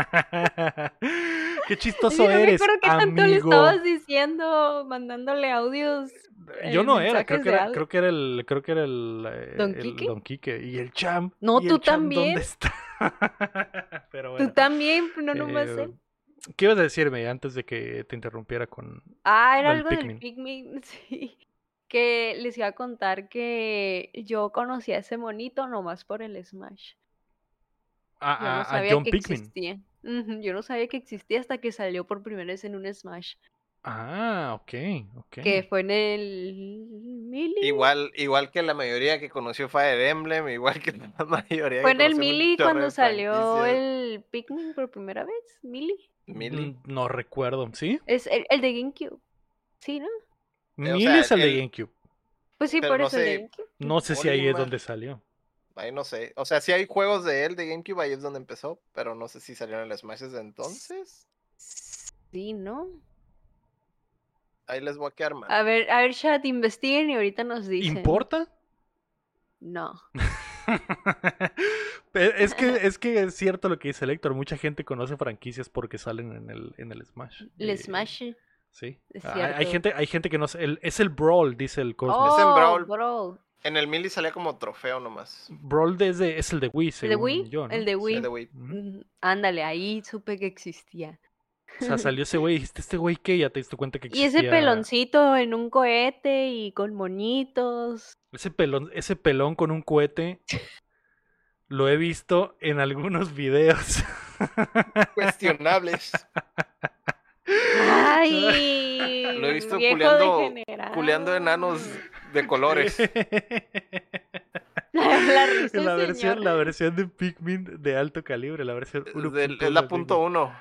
Qué chistoso Sí, no me eres, acuerdo qué tanto le amigo. estabas diciendo, mandándole audios. Yo no era, mensajes de audio. creo que era el ¿Don el Quique? Don Quique. Y el champ. No, ¿y tú el champ también. ¿Dónde está? Pero Tú bueno. también, no nomás él. ¿Qué ibas a decirme antes de que te interrumpiera con Era el algo Pikmin? del Pikmin, sí. Que les iba a contar que yo conocí a ese monito nomás por el Smash. Yo no A sabía John que Pikmin. existía. Yo no sabía que existía hasta que salió por primera vez en un Smash. Ok. Que fue en el Melee. Igual que la mayoría que conoció Fire Emblem, igual que la mayoría Fue que en el conoció un Melee chorro cuando de salió franquicias. el Pikmin por primera vez. Melee. No recuerdo, ¿sí? Es el de GameCube. Sí, ¿no? Mil es el de GameCube. Pues sí, pero por no eso el de sé, GameCube. No sé si ahí es Olimar. donde salió. Ahí no sé. O sea, sí hay juegos de él de GameCube, ahí es donde empezó, pero no sé si salieron en el Smash desde entonces. Sí, ¿no? Ahí les voy a quedar mal. A ver, chat, investiguen y ahorita nos dicen. ¿Importa? No. es que es cierto lo que dice el Héctor. Mucha gente conoce franquicias porque salen en el Smash. El Smash. Sí. Es Hay cierto. gente que no sé. Es el Brawl, dice el Cosmo. Es en Oh, Brawl. Brawl. En el Melee salía como trofeo nomás. Brawl es el de Wii, ¿El de según Wii? yo, ¿no? El de Sí, Wii. de Wii. Ándale, ahí supe que existía. O sea, salió ese güey y dijiste, ¿este güey qué? Ya te diste cuenta que Y existía. ese peloncito en un cohete y con monitos. Ese pelón con un cohete lo he visto en algunos videos. Cuestionables. ¡Ay! Lo he visto viejo culeando enanos de colores. La risa del señor. La versión de Pikmin de alto calibre, la versión 1.1. Es la .1.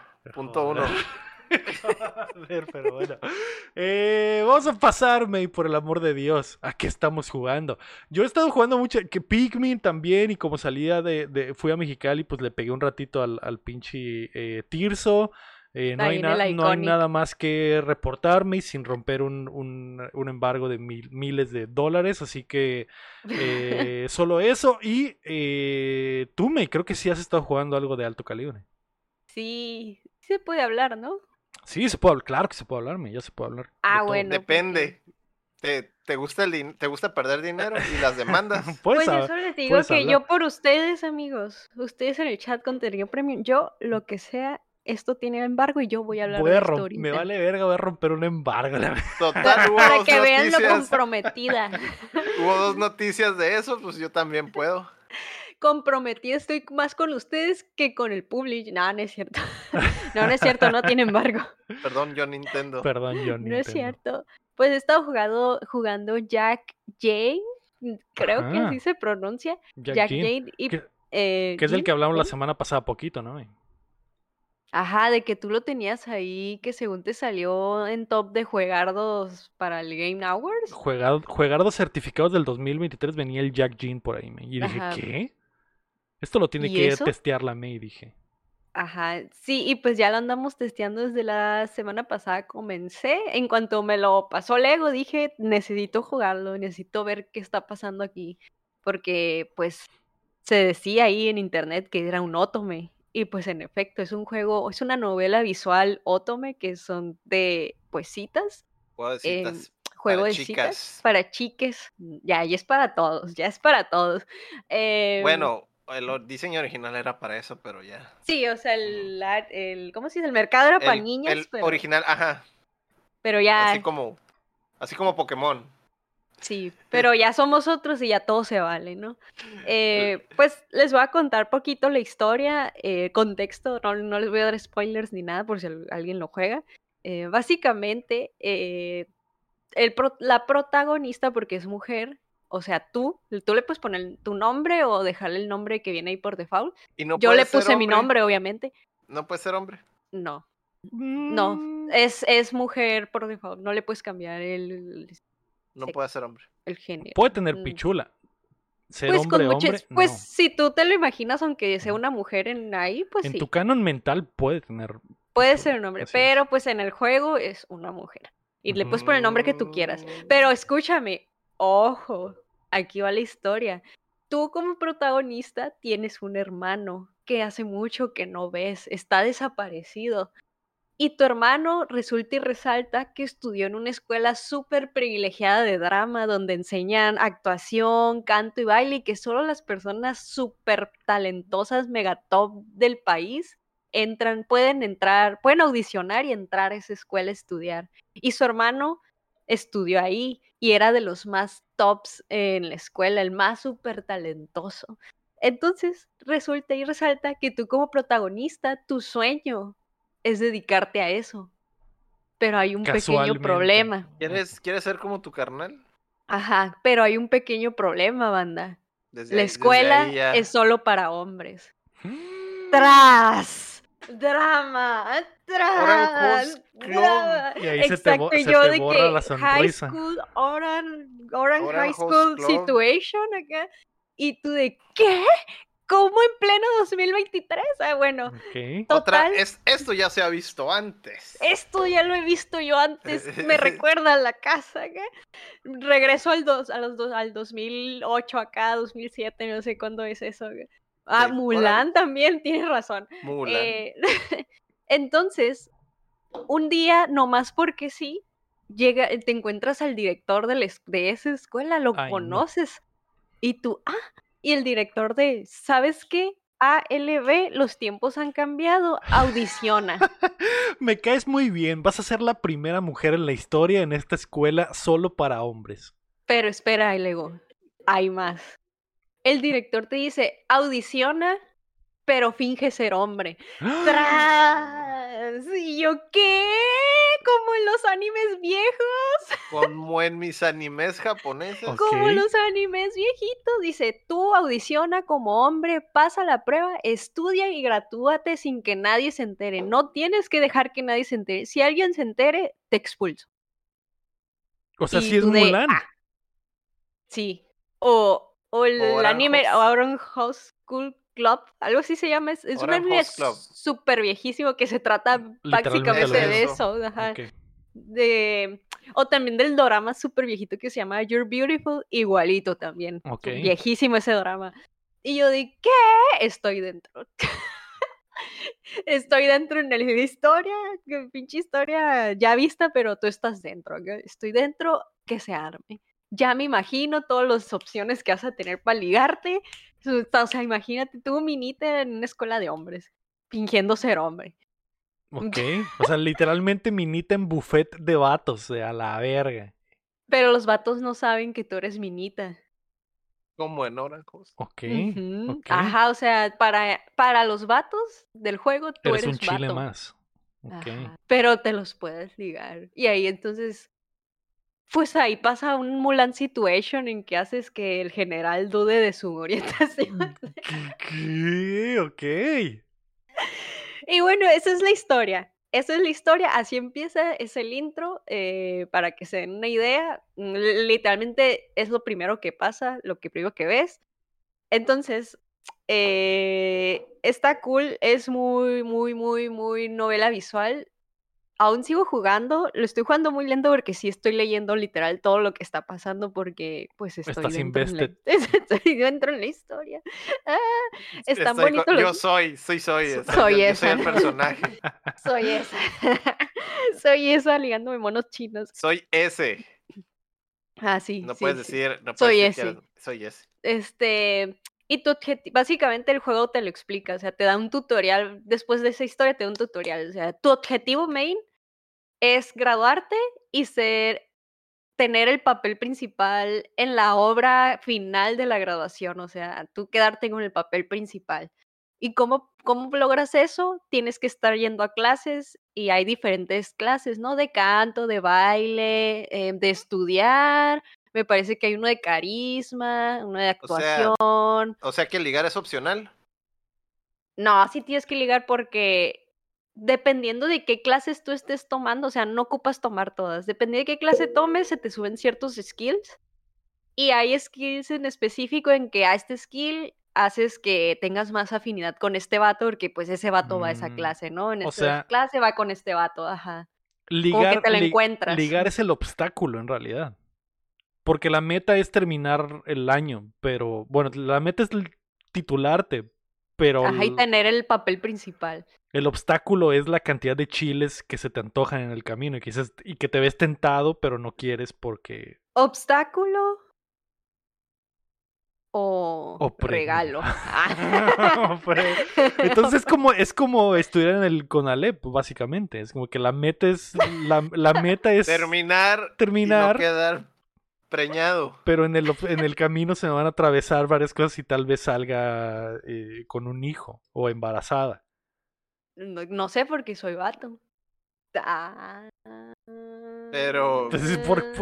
Joder, pero bueno. Vamos a pasarme, por el amor de Dios. ¿A qué estamos jugando? Yo he estado jugando mucho, que Pikmin también, y como salía fui a Mexicali, pues le pegué un ratito al pinche Tirso. No hay nada más que reportarme y sin romper un embargo de miles de dólares, así que solo eso. Y tú, May, creo que sí has estado jugando algo de alto calibre. Sí, se puede hablar, ¿no? Sí, se puede hablar, claro que se puede hablar, ya se puede hablar. Bueno. Depende. ¿Te gusta perder dinero y las demandas? Pues eso les digo que yo por ustedes, amigos, ustedes en el chat contenido premium, yo lo que sea, esto tiene embargo y yo voy a hablar de esto ahorita. Me vale verga, voy a romper un embargo. Total, para que vean lo comprometida. Hubo 2 noticias de eso, pues yo también puedo. Comprometida estoy más con ustedes que con el public. No, no es cierto. No es cierto, no tiene embargo. Perdón, yo Nintendo. No es cierto. Pues he estado jugando Jack Jane, creo que así se pronuncia. Jack Jane. Que es el que hablamos la semana pasada poquito, ¿no? Ajá, de que tú lo tenías ahí, que según te salió en top de juegardos para el Game Awards. Juegardos certificados del 2023 venía el Jack Jane por ahí, y dije, ¿qué? Esto lo tiene que testear la May, dije. Ajá, sí, y pues ya lo andamos testeando desde la semana pasada, comencé. En cuanto me lo pasó Lego, dije, necesito jugarlo, necesito ver qué está pasando aquí. Porque pues se decía ahí en internet que era un otome. Y pues en efecto, es un juego, es una novela visual otome que son de pues citas. Juego de citas para chiques. Ya es para todos, Bueno, el diseño original era para eso, pero ya. Sí, o sea, ¿cómo se dice? El mercado era para niñas. El original, ajá. Pero ya. Así como Pokémon. Sí, pero ya somos otros y ya todo se vale, ¿no? Pues les voy a contar poquito la historia, contexto, no les voy a dar spoilers ni nada por si alguien lo juega. Básicamente, la protagonista, porque es mujer, o sea, tú le puedes poner tu nombre o dejarle el nombre que viene ahí por default. ¿Y no Yo puede le ser puse mi hombre? nombre, obviamente. ¿No puede ser hombre? No, no, es mujer por default, no le puedes cambiar el No sexo, puede ser hombre. el género. Puede tener pichula. Ser Pues con hombre, pues no. si tú te lo imaginas, aunque sea una mujer en ahí, pues En sí, tu canon mental puede tener puede pichula, ser un hombre, así es. pero pues en el juego es una mujer. Y le puedes poner el nombre que tú quieras. Pero escúchame, ojo, aquí va la historia. Tú como protagonista tienes un hermano que hace mucho que no ves, está desaparecido. Y tu hermano resulta y resalta que estudió en una escuela súper privilegiada de drama, donde enseñan actuación, canto y baile, y que solo las personas súper talentosas, megatop del país, pueden audicionar y entrar a esa escuela a estudiar. Y su hermano estudió ahí y era de los más tops en la escuela, el más súper talentoso. Entonces, resulta y resalta que tú como protagonista, tu sueño es dedicarte a eso. Pero hay un pequeño Casualmente. problema. ¿Quieres ser como tu carnal? Ajá, pero hay un pequeño problema, banda. Desde La ahí escuela ya. es solo para hombres. ¡Tras! ¡Drama! Orange ¡Tras! Host Club. ¡Drama! Y ahí Exacto, se yo te de borra que la High sonrisa. School, Orange High Host School Club. Situation acá. Y tú de, ¿qué? ¿Cómo en pleno 2023? Ah, bueno, Ok. total. Esto ya se ha visto antes. Esto ya lo he visto yo antes, me recuerda a la casa, ¿qué? Regreso al 2008 acá, 2007, no sé cuándo es eso. Ah, Sí, Mulan órale. también, tienes razón. Mulan. Entonces, un día, nomás porque sí, te encuentras al director de esa escuela, lo Ay, no. conoces, y tú, y el director ¿sabes qué? ALB, los tiempos han cambiado, audiciona. Me caes muy bien. Vas a ser la primera mujer en la historia en esta escuela solo para hombres. Pero espera, Lego, hay más. El director te dice, audiciona, pero finge ser hombre. ¡Tras! ¿Y yo qué? Como en los animes viejos. Como en mis animes japoneses. Ok. Como en los animes viejitos. Dice, tú audiciona como hombre, pasa la prueba, estudia y gradúate sin que nadie se entere. No tienes que dejar que nadie se entere. Si alguien se entere, te expulso. O sea, Y sí es tú de, Mulan. sí. O el anime Orange Orange House School Club, algo así se llama. Es un Orange anime House Club. súper viejísimo que se trata Literalmente básicamente lo de mismo. eso. Ajá. Ok. O también del dorama súper viejito que se llama You're Beautiful, igualito también. Ok. Viejísimo ese dorama. Y yo de, ¿qué? Estoy dentro. Estoy dentro en la historia, pinche historia ya vista, pero tú estás dentro. ¿Ok? Estoy dentro, que se arme. Ya me imagino todas las opciones que vas a tener para ligarte. O sea, imagínate tú, minita, en una escuela de hombres, fingiendo ser hombre. Ok. O sea, literalmente minita en buffet de vatos. O sea, a la verga. Pero los vatos no saben que tú eres minita. Como en Orange House. Ok. Ujú. Ok. Ajá, o sea, para los vatos del juego, tú Eres un eres chile vato. más. Ok. Ajá, pero te los puedes ligar. Y ahí entonces, pues ahí pasa un Mulan situation en que haces que el general dude de su orientación. ¿Qué? Ok. Y bueno, esa es la historia. Esa es la historia, así empieza, es el intro, para que se den una idea. Literalmente es lo primero que pasa, lo que primero que ves. Entonces, está cool, es muy, muy, muy, muy novela visual. Aún sigo jugando, lo estoy jugando muy lento porque sí estoy leyendo literal todo lo que está pasando porque pues estoy Estás dentro en invested. estoy dentro en la historia. Están bonitos Yo los... soy Soy yo soy esa. el personaje. Soy esa. Soy esa ligándome monos chinos. Soy ese. Sí, No sí, puedes sí. decir, no puedes Soy decir que ese. soy ese. Y tu básicamente el juego te lo explica, o sea, te da un tutorial, después de esa historia te da un tutorial, o sea, tu objetivo main es graduarte y tener el papel principal en la obra final de la graduación, o sea, tú quedarte con el papel principal. ¿Y cómo logras eso? Tienes que estar yendo a clases y hay diferentes clases, ¿no? De canto, de baile, de estudiar. Me parece que hay uno de carisma, uno de actuación. O sea que ligar es opcional. No, sí tienes que ligar porque dependiendo de qué clases tú estés tomando, o sea, no ocupas tomar todas. Dependiendo de qué clase tomes, se te suben ciertos skills. Y hay skills en específico en que a este skill haces que tengas más afinidad con este vato, porque pues ese vato va a esa clase, ¿no? En O esta sea, clase va con este vato, ajá. Como que te lo encuentras. ligar es el obstáculo en realidad. Porque la meta es terminar el año, pero bueno, la meta es titularte, pero Ajá, y tener el papel principal. el obstáculo es la cantidad de chiles que se te antojan en el camino y que te ves tentado, pero no quieres porque... ¿Obstáculo o regalo? Entonces es como estudiar en el CONALEP, básicamente. Es como que la meta es terminar y no quedar preñado. Pero en el camino se me van a atravesar varias cosas y tal vez salga con un hijo o embarazada. No sé porque soy vato. Pero... Entonces,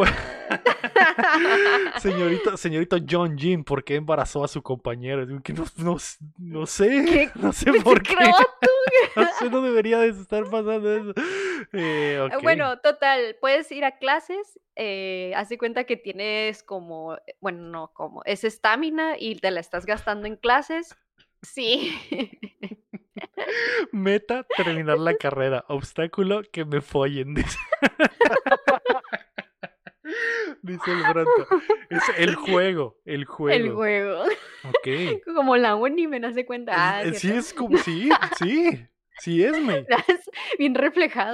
señorito John Jean, ¿por qué embarazó a su compañero? Que no sé. No sé por qué. No sé, no debería de estar pasando eso. Okay. Bueno, total, puedes ir a clases, haz de cuenta que tienes es estamina y te la estás gastando en clases. Sí. Meta, terminar la carrera. Obstáculo, que me follen. Dice el Bronto. Es el juego. El juego. Ok. Como la uni, me das de cuenta. Sí, es como, sí es, me. Bien reflejado,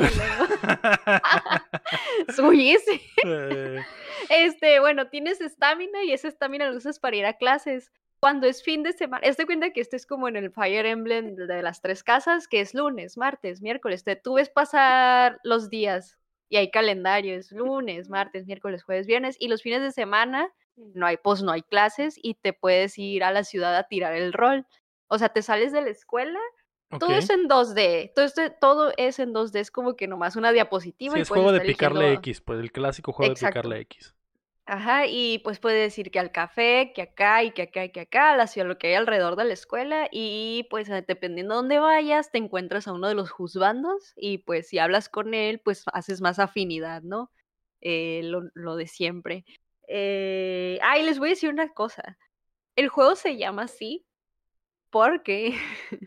Suyese. Bueno, tienes estamina y esa estamina la usas para ir a clases. Cuando es fin de semana, haz de cuenta que este es como en el Fire Emblem de las 3 casas, que es lunes, martes, miércoles. Tú ves pasar los días y hay calendarios, lunes, martes, miércoles, jueves, viernes, y los fines de semana no hay clases y te puedes ir a la ciudad a tirar el rol. O sea, te sales de la escuela. Todo es en 2D, todo es en 2D, es como que nomás una diapositiva. Sí, y es juego de picarle X, pues el clásico juego de picarle X. Ajá, y pues puedes ir que al café, que acá, y que acá, y que acá, a la ciudad, lo que hay alrededor de la escuela, y pues dependiendo de dónde vayas, te encuentras a uno de los juzgandos, y pues si hablas con él, pues haces más afinidad, ¿no? Lo de siempre. Les voy a decir una cosa. El juego se llama así porque...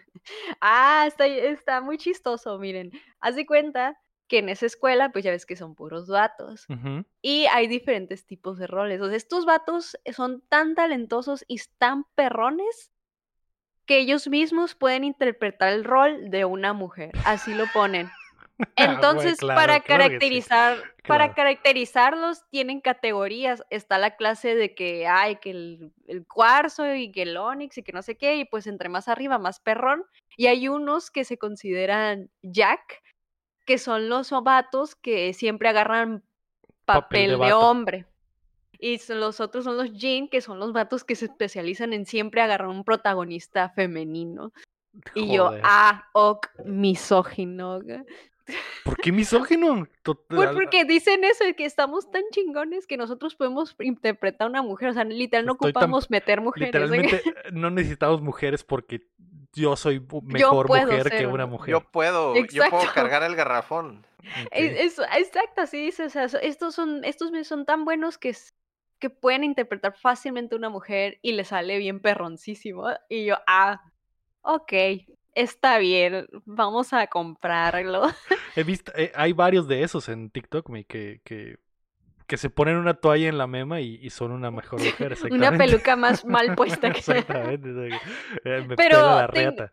está muy chistoso, miren. Haz de cuenta que en esa escuela, pues ya ves que son puros vatos. Uh-huh. Y hay diferentes tipos de roles. O sea, estos vatos son tan talentosos y tan perrones que ellos mismos pueden interpretar el rol de una mujer. Así lo ponen. Entonces, para caracterizarlos, tienen categorías. Está la clase de que hay que el cuarzo y que el onix y que no sé qué, y pues entre más arriba, más perrón. Y hay unos que se consideran Jack, que son los vatos que siempre agarran papel de hombre. Y los otros son los Jin, que son los vatos que se especializan en siempre agarrar un protagonista femenino. Y yo, misógino. ¿Por qué misógino? Pues porque dicen eso, que estamos tan chingones que nosotros podemos interpretar a una mujer. O sea, literal no ocupamos meter mujeres. Literalmente no necesitamos mujeres porque yo soy mejor mujer que una mujer. Yo puedo cargar el garrafón. Okay. Exacto, así dice. O sea, estos son tan buenos que pueden interpretar fácilmente a una mujer y le sale bien perroncísimo. Y yo, ok. Está bien, vamos a comprarlo. He visto, hay varios de esos en TikTok, que se ponen una toalla en la mema y son una mejor mujer. Una peluca más mal puesta que exactamente. Me pero pela la reata.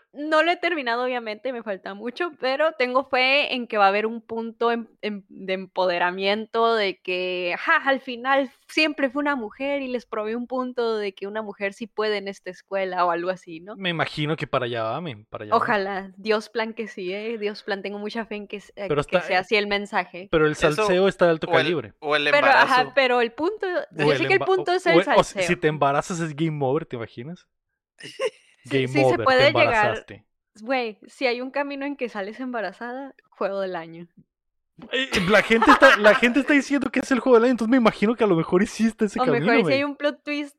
No lo he terminado, obviamente, me falta mucho, pero tengo fe en que va a haber un punto de empoderamiento, de que, al final siempre fue una mujer y les probé un punto de que una mujer sí puede en esta escuela o algo así, ¿no? Me imagino que para allá va, para allá va. Ojalá, Dios plan que sí, Dios plan, tengo mucha fe en que Pero sea así el mensaje. Pero el salseo está de alto calibre. O el Pero, embarazo. pero el punto, yo sé que el punto es el o salseo. si te embarazas es game over, ¿te imaginas? Game Sí, over, se puede te llegar. embarazaste. Güey, si hay un camino en que sales embarazada, juego del año. La gente está diciendo que es el juego del año, entonces me imagino que a lo mejor hiciste ese camino. O mejor si hay un plot twist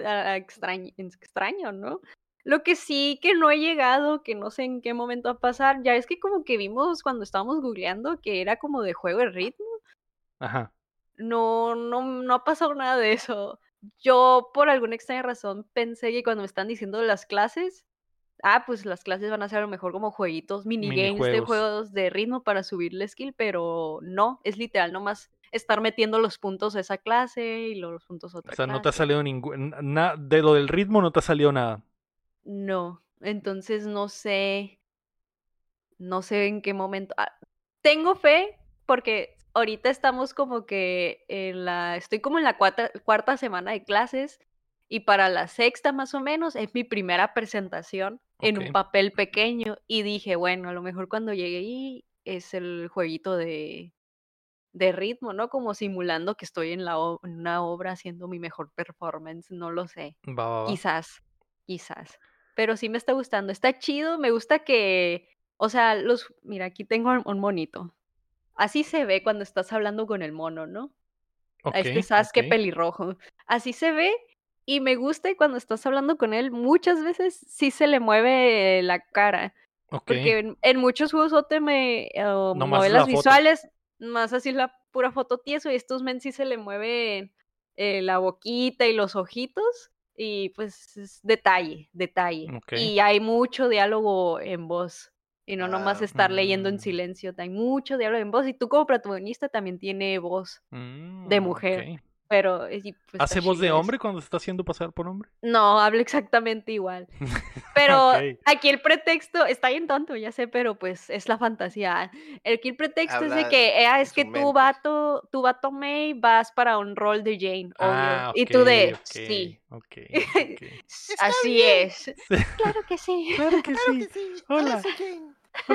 extraño, ¿no? Lo que sí que no he llegado, que no sé en qué momento va a pasar, ya es que como que vimos cuando estábamos googleando que era como de juego de ritmo. Ajá. No ha pasado nada de eso. Yo por alguna extraña razón pensé que cuando me están diciendo las clases, pues las clases van a ser a lo mejor como jueguitos, minigames de Minijuegos. juegos de ritmo para subirle skill, pero no, es literal nomás estar metiendo los puntos a esa clase y los puntos a otra O sea, no te ha clase. salido de lo del ritmo no te ha salido nada. No, entonces no sé en qué momento. Tengo fe porque ahorita estamos como que estoy como en la cuarta semana de clases y para la sexta más o menos es mi primera presentación en un Ok. papel pequeño y dije, bueno, a lo mejor cuando llegue ahí es el jueguito de ritmo, ¿no? Como simulando que estoy en una obra haciendo mi mejor performance, no lo sé. Va. Quizás. Pero sí me está gustando. Está chido, me gusta que, o sea, mira, aquí tengo un monito. Así se ve cuando estás hablando con el mono, ¿no? A Ok, Sasuke ok. pelirrojo. Así se ve y me gusta y cuando estás hablando con él, muchas veces sí se le mueve la cara. Ok. Porque en muchos juegos Nomás es novelas la foto. visuales, más así es la pura foto tieso, y estos men sí se le mueve la boquita y los ojitos, y pues es detalle. Ok. Y hay mucho diálogo en voz, y no nomás estar leyendo en Mm, silencio, hay mucho diálogo en voz, y tú como protagonista también tiene voz de mujer, ok. pero pues está ¿Hace voz de chido eso. hombre cuando se está haciendo pasar por hombre? No, hablo exactamente igual. Pero Ok. aquí el pretexto está bien tonto, ya sé, pero pues es la fantasía. Aquí el pretexto es de Habla que en es que su mente. tu vato May vas para un rol de Jane, obvio. Y Ok, tú de ok, sí. ok, ok. Está Así bien. es. Claro que sí. Claro que Claro sí. que sí. Hola, Hola. soy Jane.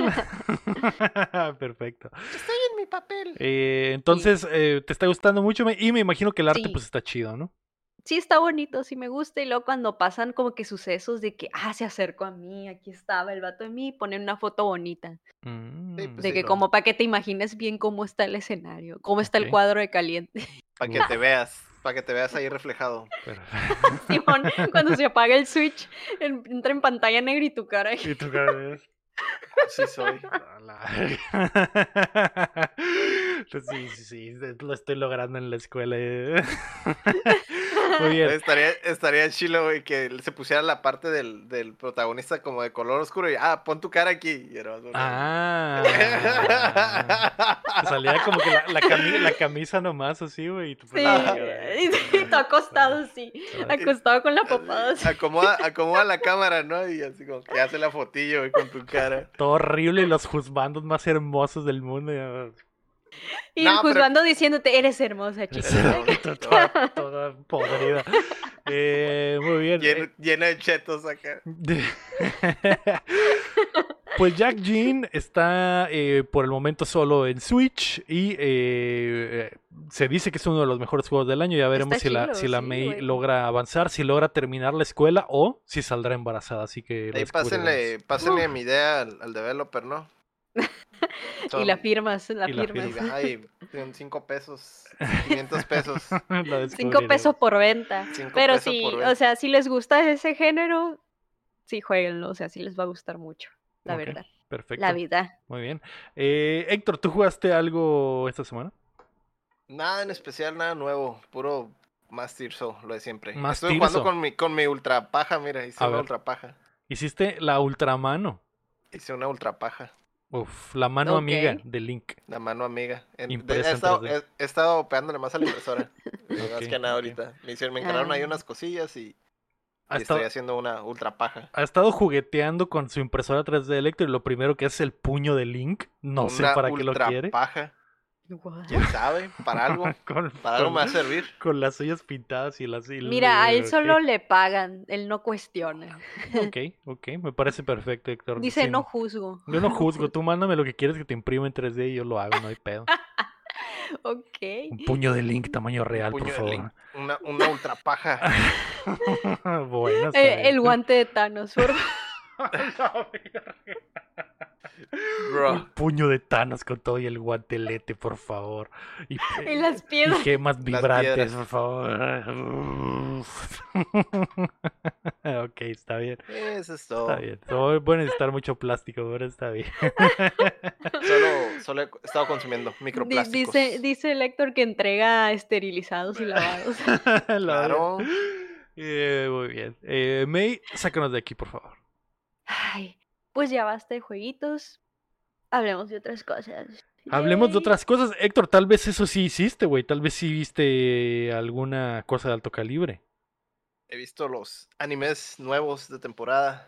Hola. Perfecto. Estoy en mi papel. Entonces, te está gustando mucho y me imagino que el arte pues Sí. está chido, ¿no? Sí, está bonito, sí me gusta. Y luego cuando pasan como que sucesos de que, se acercó a mí, aquí estaba el vato de mí, ponen una foto bonita. Sí, pues De sí. que como para que te imagines bien cómo está el escenario, cómo está el Ok. cuadro de caliente. Para que te veas. Para que te veas ahí reflejado. Simón, cuando se apaga el switch, entra en pantalla negra y tu cara. Y tu cara de... Así soy. A la verga. Sí, lo estoy logrando en la escuela. Muy bien. Oye, estaría chilo, güey, que se pusiera la parte del protagonista como de color oscuro y, pon tu cara aquí. Y era más bonito. Salía como que la camisa nomás así, güey. Y tú Sí, pones la cara. y tú acostado, sí, acostado con la papada. Así, acomoda la cámara, ¿no? Y así como que hace la fotillo, güey, con tu cara. Todo horrible y los juzbandos más hermosos del mundo. Y No, pero juzgando diciéndote, eres hermosa, chiquita. Toda podrida. Muy bien. llena de chetos acá. Pues Jack Jean está por el momento solo en Switch y se dice que es uno de los mejores juegos del año. Ya veremos Está chilo, si la sí, May güey. logra avanzar, si logra terminar la escuela o si saldrá embarazada. Así que lo Ahí descubriremos. pásenle mi idea al developer, ¿no? Y la Son, firmas, y la firmas. son 5 pesos, 500 pesos. Lo 5 pesos descubriremos. por venta. 5 Pero pesos por sí, o venta. sea, si les gusta ese género, sí, jueguenlo, o sea, sí les va a gustar mucho, la Ok, verdad. perfecto. La vida. Muy bien. Héctor, ¿tú jugaste algo esta semana? Nada en especial, nada nuevo. Puro más Tirso, lo de siempre. Más Estuve jugando Tirso. con mi ultra paja, mira, hice A una ver. ultra paja. Hiciste la ultramano. Hice una ultra paja. Uf, la mano Ok. amiga de Link. La mano amiga. Impresa en 3D. He estado pegándole más a la impresora. Más Ok, que nada ok. ahorita. Me encargaron ahí unas cosillas y Ha Y estoy estado, haciendo una ultra paja. ha estado jugueteando con su impresora 3D Electro y lo primero que es el puño de Link. No sé Una para qué lo ultra quiere. paja. What? ¿Quién sabe? Para algo. Con, Para algo me va a con- servir. con las uñas pintadas y las... Mira, a él solo ok. le pagan, él no cuestiona. Ok, me parece perfecto, Héctor. Dice, no juzgo. Yo no No juzgo, juzgo. tú mándame lo que quieres que te imprima en 3D y yo lo hago, no hay pedo. Ok. Un puño de Link tamaño Un real, por puño de Link. favor. Una ultra paja. Bueno, está bien. El guante de Thanos, por favor. La verga. Bro. Un puño de Thanos con todo y el guantelete, por favor. Y, Y las y piedras. gemas vibrantes, piedras. por favor. Ok, está bien. Eso es Está todo. bien. Voy a necesitar mucho plástico, pero está bien. Solo he estado consumiendo microplásticos. Dice el Héctor que entrega esterilizados y lavados. Claro. Muy bien. May, sácanos de aquí, por favor. Ay, pues ya basta de jueguitos. Hablemos de otras cosas. Hablemos de Yay. otras cosas. Héctor, tal vez eso sí hiciste, güey. Tal vez sí viste alguna cosa de alto calibre. He visto los animes nuevos de temporada.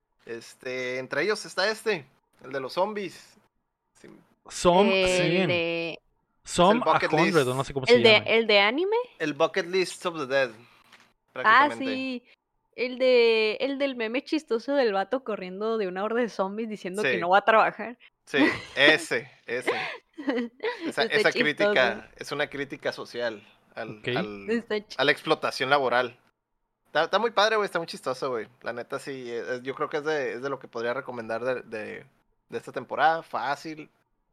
Entre ellos está el de los zombies. Sí, Some El 100. de, Some a bucket 100, list. o no sé cómo se llama. el de anime. el Bucket List of the Dead. Ah, Prácticamente. sí. El del meme chistoso del vato corriendo de una horda de zombies diciendo que Sí. no va a trabajar. Sí, ese. Está Esa chistoso. crítica es una crítica social Ok. a la explotación laboral. Está muy padre, güey, está muy chistoso, güey. La neta sí, yo creo que es de lo que podría recomendar de esta temporada. Fácil.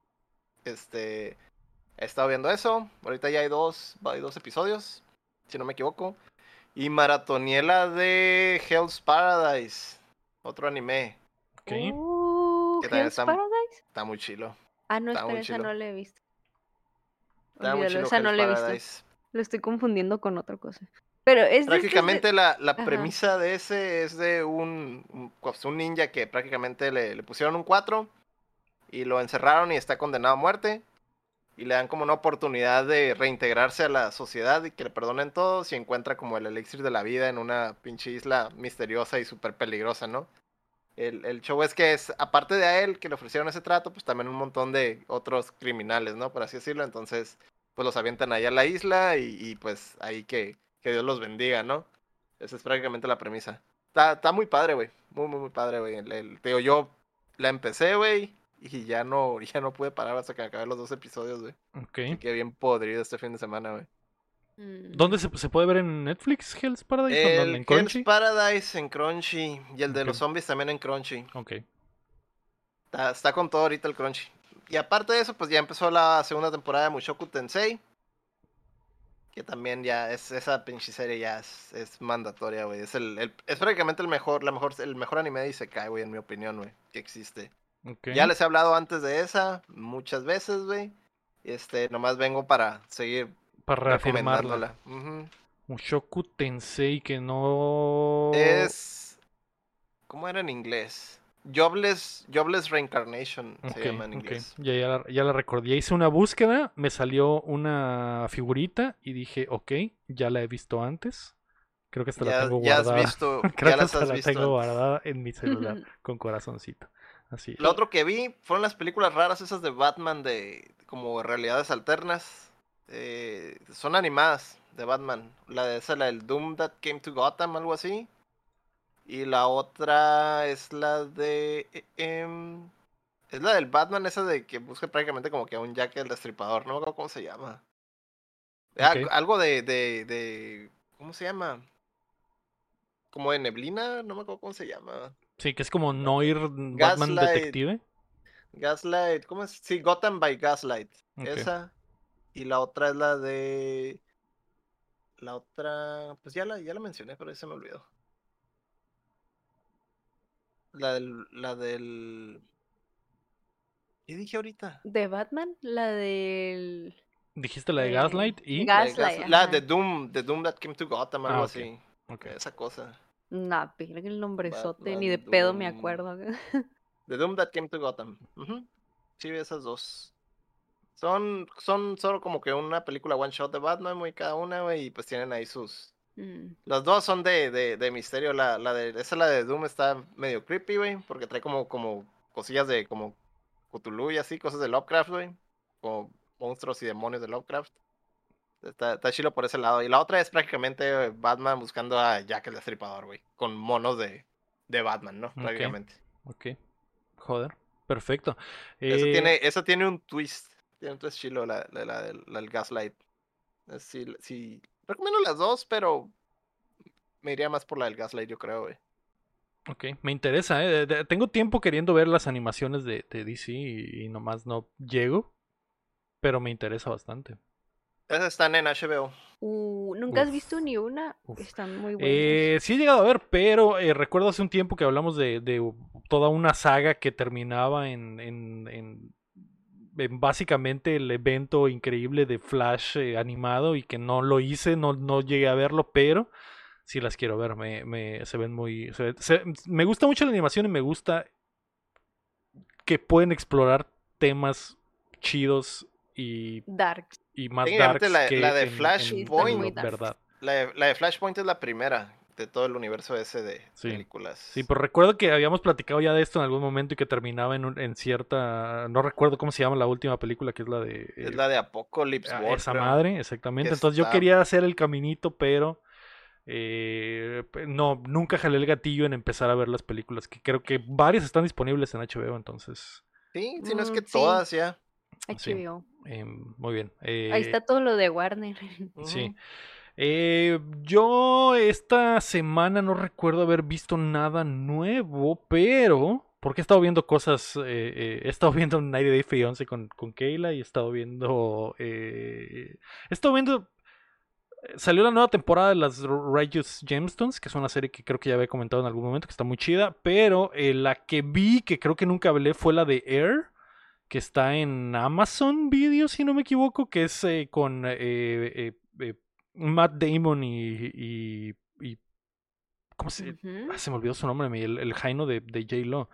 He estado viendo eso. Ahorita ya hay dos episodios, si no me equivoco. Y maratoniela de Hell's Paradise, otro anime, Ok. que también Hell's Paradise. está muy chilo. Ah, no, Está espera, muy esa chilo. no la he visto. Está muy Olvídalo, chilo esa no Hell's la he visto. Paradise. Lo estoy confundiendo con otra cosa. Pero es de Prácticamente la Ajá. premisa de ese es de pues, un ninja que prácticamente le pusieron un 4 y lo encerraron y está condenado a muerte. Y le dan como una oportunidad de reintegrarse a la sociedad y que le perdonen todo si encuentra como el elixir de la vida en una pinche isla misteriosa y súper peligrosa, ¿no? El show es que aparte de a él que le ofrecieron ese trato, pues también un montón de otros criminales, ¿no? Por así decirlo. Entonces, pues los avientan allá a la isla y pues ahí que Dios los bendiga, ¿no? Esa es prácticamente la premisa. Está muy padre, güey. Muy padre, güey. Te digo, yo la empecé, güey, y ya no pude parar hasta que acabé los 2 episodios, güey. Ok. Así que bien podrido este fin de semana, güey. ¿Dónde se puede ver en Netflix Hell's Paradise? ¿O en dónde? El ¿En Hell's Crunchy? Paradise en Crunchy y el de Ok. los zombies también en Crunchy. Ok. Está con todo ahorita el Crunchy. Y aparte de eso, pues ya empezó la segunda temporada de Mushoku Tensei. Que también ya esa pinche serie ya es mandatoria, güey. Es prácticamente el mejor anime de Isekai, güey, en mi opinión, güey, que existe. Ok. Ya les he hablado antes de esa, muchas veces, güey. Nomás vengo para seguir Para reafirmarla. recomendándola. Ujú. Mushoku Tensei que no... ¿Cómo era en inglés? Jobless Reincarnation se llama en Ok. inglés. Ya la recordé. Ya hice una búsqueda, me salió una figurita y dije, ok, ya la he visto antes. Creo que hasta la tengo Ya has guardada. visto, Creo ya que las hasta has la visto tengo antes. guardada en mi celular con corazoncito. Así es. Lo otro que vi fueron las películas raras esas de Batman de como realidades alternas. Son animadas de Batman. La del Doom That Came to Gotham, algo así. Y la otra es la de... es la del Batman esa de que busca prácticamente como que a un Jack el Destripador. No me acuerdo cómo se llama. Ok. Algo de... ¿Cómo se llama? Como de neblina, no me acuerdo cómo se llama. Sí, que es como Noir Batman Gaslight. Detective. Gaslight, ¿cómo es? Sí, Gotham by Gaslight. Ok. Esa. Y la otra es la de... La otra... Pues ya la mencioné, pero ahí se me olvidó. La del... ¿Qué dije ahorita? ¿De Batman? La del... Dijiste la de Gaslight y... Gaslight, La ajá. de Doom That Came to Gotham, algo Ok. así. Ok. Esa cosa. Nah, pero el nombrezote, ni de Batman pedo me Doom... acuerdo. The Doom That Came to Gotham. Ujú. Sí, esas dos. Son solo como que una película one shot de Batman, güey, cada una, güey, y pues tienen ahí sus Los dos son de misterio. Esa la de Doom está medio creepy, güey, porque trae como cosillas de como Cthulhu y así, cosas de Lovecraft, güey. Como monstruos y demonios de Lovecraft. Está chilo por ese lado. Y la otra es prácticamente Batman buscando a Jack el Destripador, güey. Con monos de Batman, ¿no? Prácticamente. Ok. Joder. Perfecto. Eso tiene un twist. Tiene un twist chilo, el Gaslight. Sí, recomiendo las dos, pero me iría más por la del Gaslight, yo creo, güey. Ok, me interesa, tengo tiempo queriendo ver las animaciones de DC y nomás no llego, pero me interesa bastante. Esas están en HBO. ¿Nunca has visto ni una? Están muy buenas. Sí he llegado a ver, pero recuerdo hace un tiempo que hablamos de toda una saga que terminaba en básicamente el evento increíble de Flash animado y que no lo hice, no llegué a verlo, pero sí las quiero ver, se ven muy... me gusta mucho la animación y me gusta que pueden explorar temas chidos y Darks. más Técnicamente darks que la de en Flashpoint. verdad. La de Flashpoint es la primera de todo el universo ese de películas. Sí, pero recuerdo que habíamos platicado ya de esto en algún momento y que terminaba en cierta... No recuerdo cómo se llama la última película, que es la de... Es la de Apocalypse War, esa creo. madre, exactamente. Que Entonces yo está- quería hacer el caminito, pero... no, nunca jalé el gatillo en empezar a ver las películas, que creo que varias están disponibles en HBO, entonces... Sí, si no es que Sí, todas ya. Sí, HBO. muy bien. Ahí está todo lo de Warner. Sí. Ujú. Yo esta semana no recuerdo haber visto nada nuevo, pero... Porque he estado viendo cosas... he estado viendo 90 Day Fiancé con Kayla y he estado viendo... he estado viendo... Salió la nueva temporada de las Righteous Gemstones, que es una serie que creo que ya había comentado en algún momento, que está muy chida, pero la que vi, que creo que nunca hablé, fue la de Air, que está en Amazon Video, si no me equivoco, que es con Matt Damon y ¿cómo se? Ujú. Se me olvidó su nombre, el Jaino de J-Lo.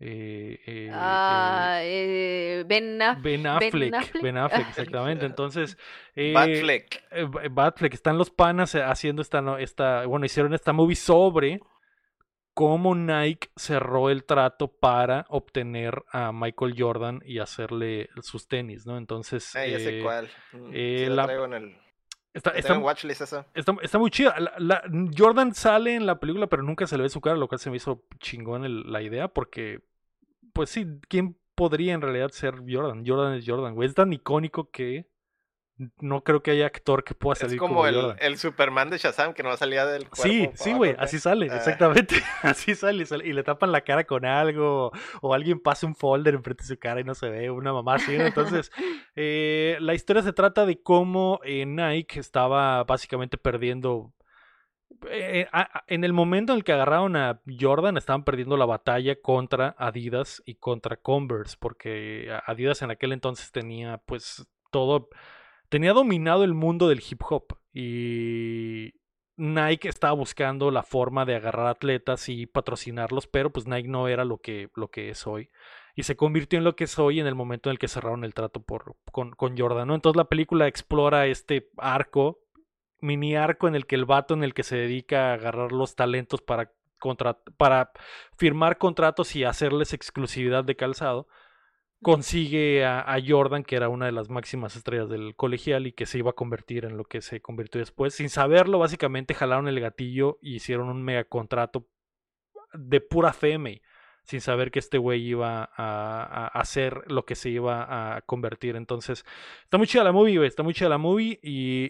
Ben Affleck. Ben Affleck, exactamente. Entonces, Batfleck. Batfleck, están los panas haciendo bueno, hicieron esta movie sobre cómo Nike cerró el trato para obtener a Michael Jordan y hacerle sus tenis, ¿no? Entonces, Ya sé cuál. Sí la la, traigo en el... está, La traigo está, en watchlist esa. está muy chida. Jordan sale en la película, pero nunca se le ve su cara, lo cual se me hizo chingón la idea, porque, pues sí, ¿quién podría en realidad ser Jordan? Jordan es Jordan, güey. Es tan icónico que no creo que haya actor que pueda Es salir como como Jordan. el Superman de Shazam que no salía del Sí, cuerpo para sí, abajo güey, acá. así sale, exactamente, así sale, y le tapan la cara con algo, o alguien pasa un folder enfrente de su cara y no se ve, una mamá así, ¿no? Entonces, la historia se trata de cómo Nike estaba básicamente perdiendo, en el momento en el que agarraron a Jordan, estaban perdiendo la batalla contra Adidas y contra Converse, porque Adidas en aquel entonces tenía, pues, tenía dominado el mundo del hip hop y Nike estaba buscando la forma de agarrar atletas y patrocinarlos, pero pues Nike no era lo que es hoy. Y se convirtió en lo que es hoy en el momento en el que cerraron el trato con Jordan, ¿no? Entonces la película explora este arco, mini arco en el que el vato en el que se dedica a agarrar los talentos para firmar contratos y hacerles exclusividad de calzado, consigue a Jordan, que era una de las máximas estrellas del colegial y que se iba a convertir en lo que se convirtió después. Sin saberlo, básicamente jalaron el gatillo y hicieron un mega contrato de pura fe, sin saber que este güey iba a hacer lo que se iba a convertir. Entonces, está muy chida la movie, güey, está muy chida la movie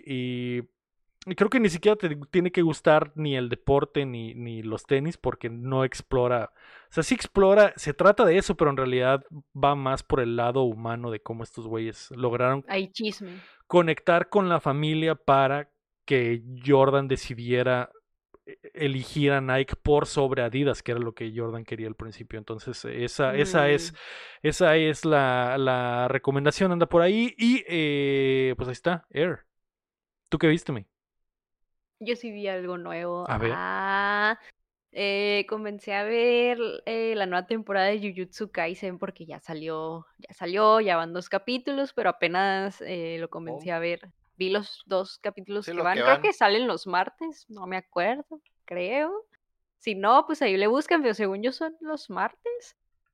y creo que ni siquiera te tiene que gustar ni el deporte ni los tenis porque no explora. O sea, sí explora, se trata de eso, pero en realidad va más por el lado humano de cómo estos güeyes lograron Hay chisme. conectar con la familia para que Jordan decidiera elegir a Nike por sobre Adidas, que era lo que Jordan quería al principio. Entonces, esa es la recomendación, anda por ahí. Y pues ahí está, Air. ¿Tú qué viste, me? Yo sí vi algo nuevo. A ver. Comencé a ver la nueva temporada de Jujutsu Kaisen porque ya salió, ya van 2 capítulos, pero apenas lo comencé a ver. vi los 2 capítulos Sí, que los van. que Creo van. que salen los martes, no me acuerdo, creo. Si no, pues ahí le buscan, pero según yo son los martes.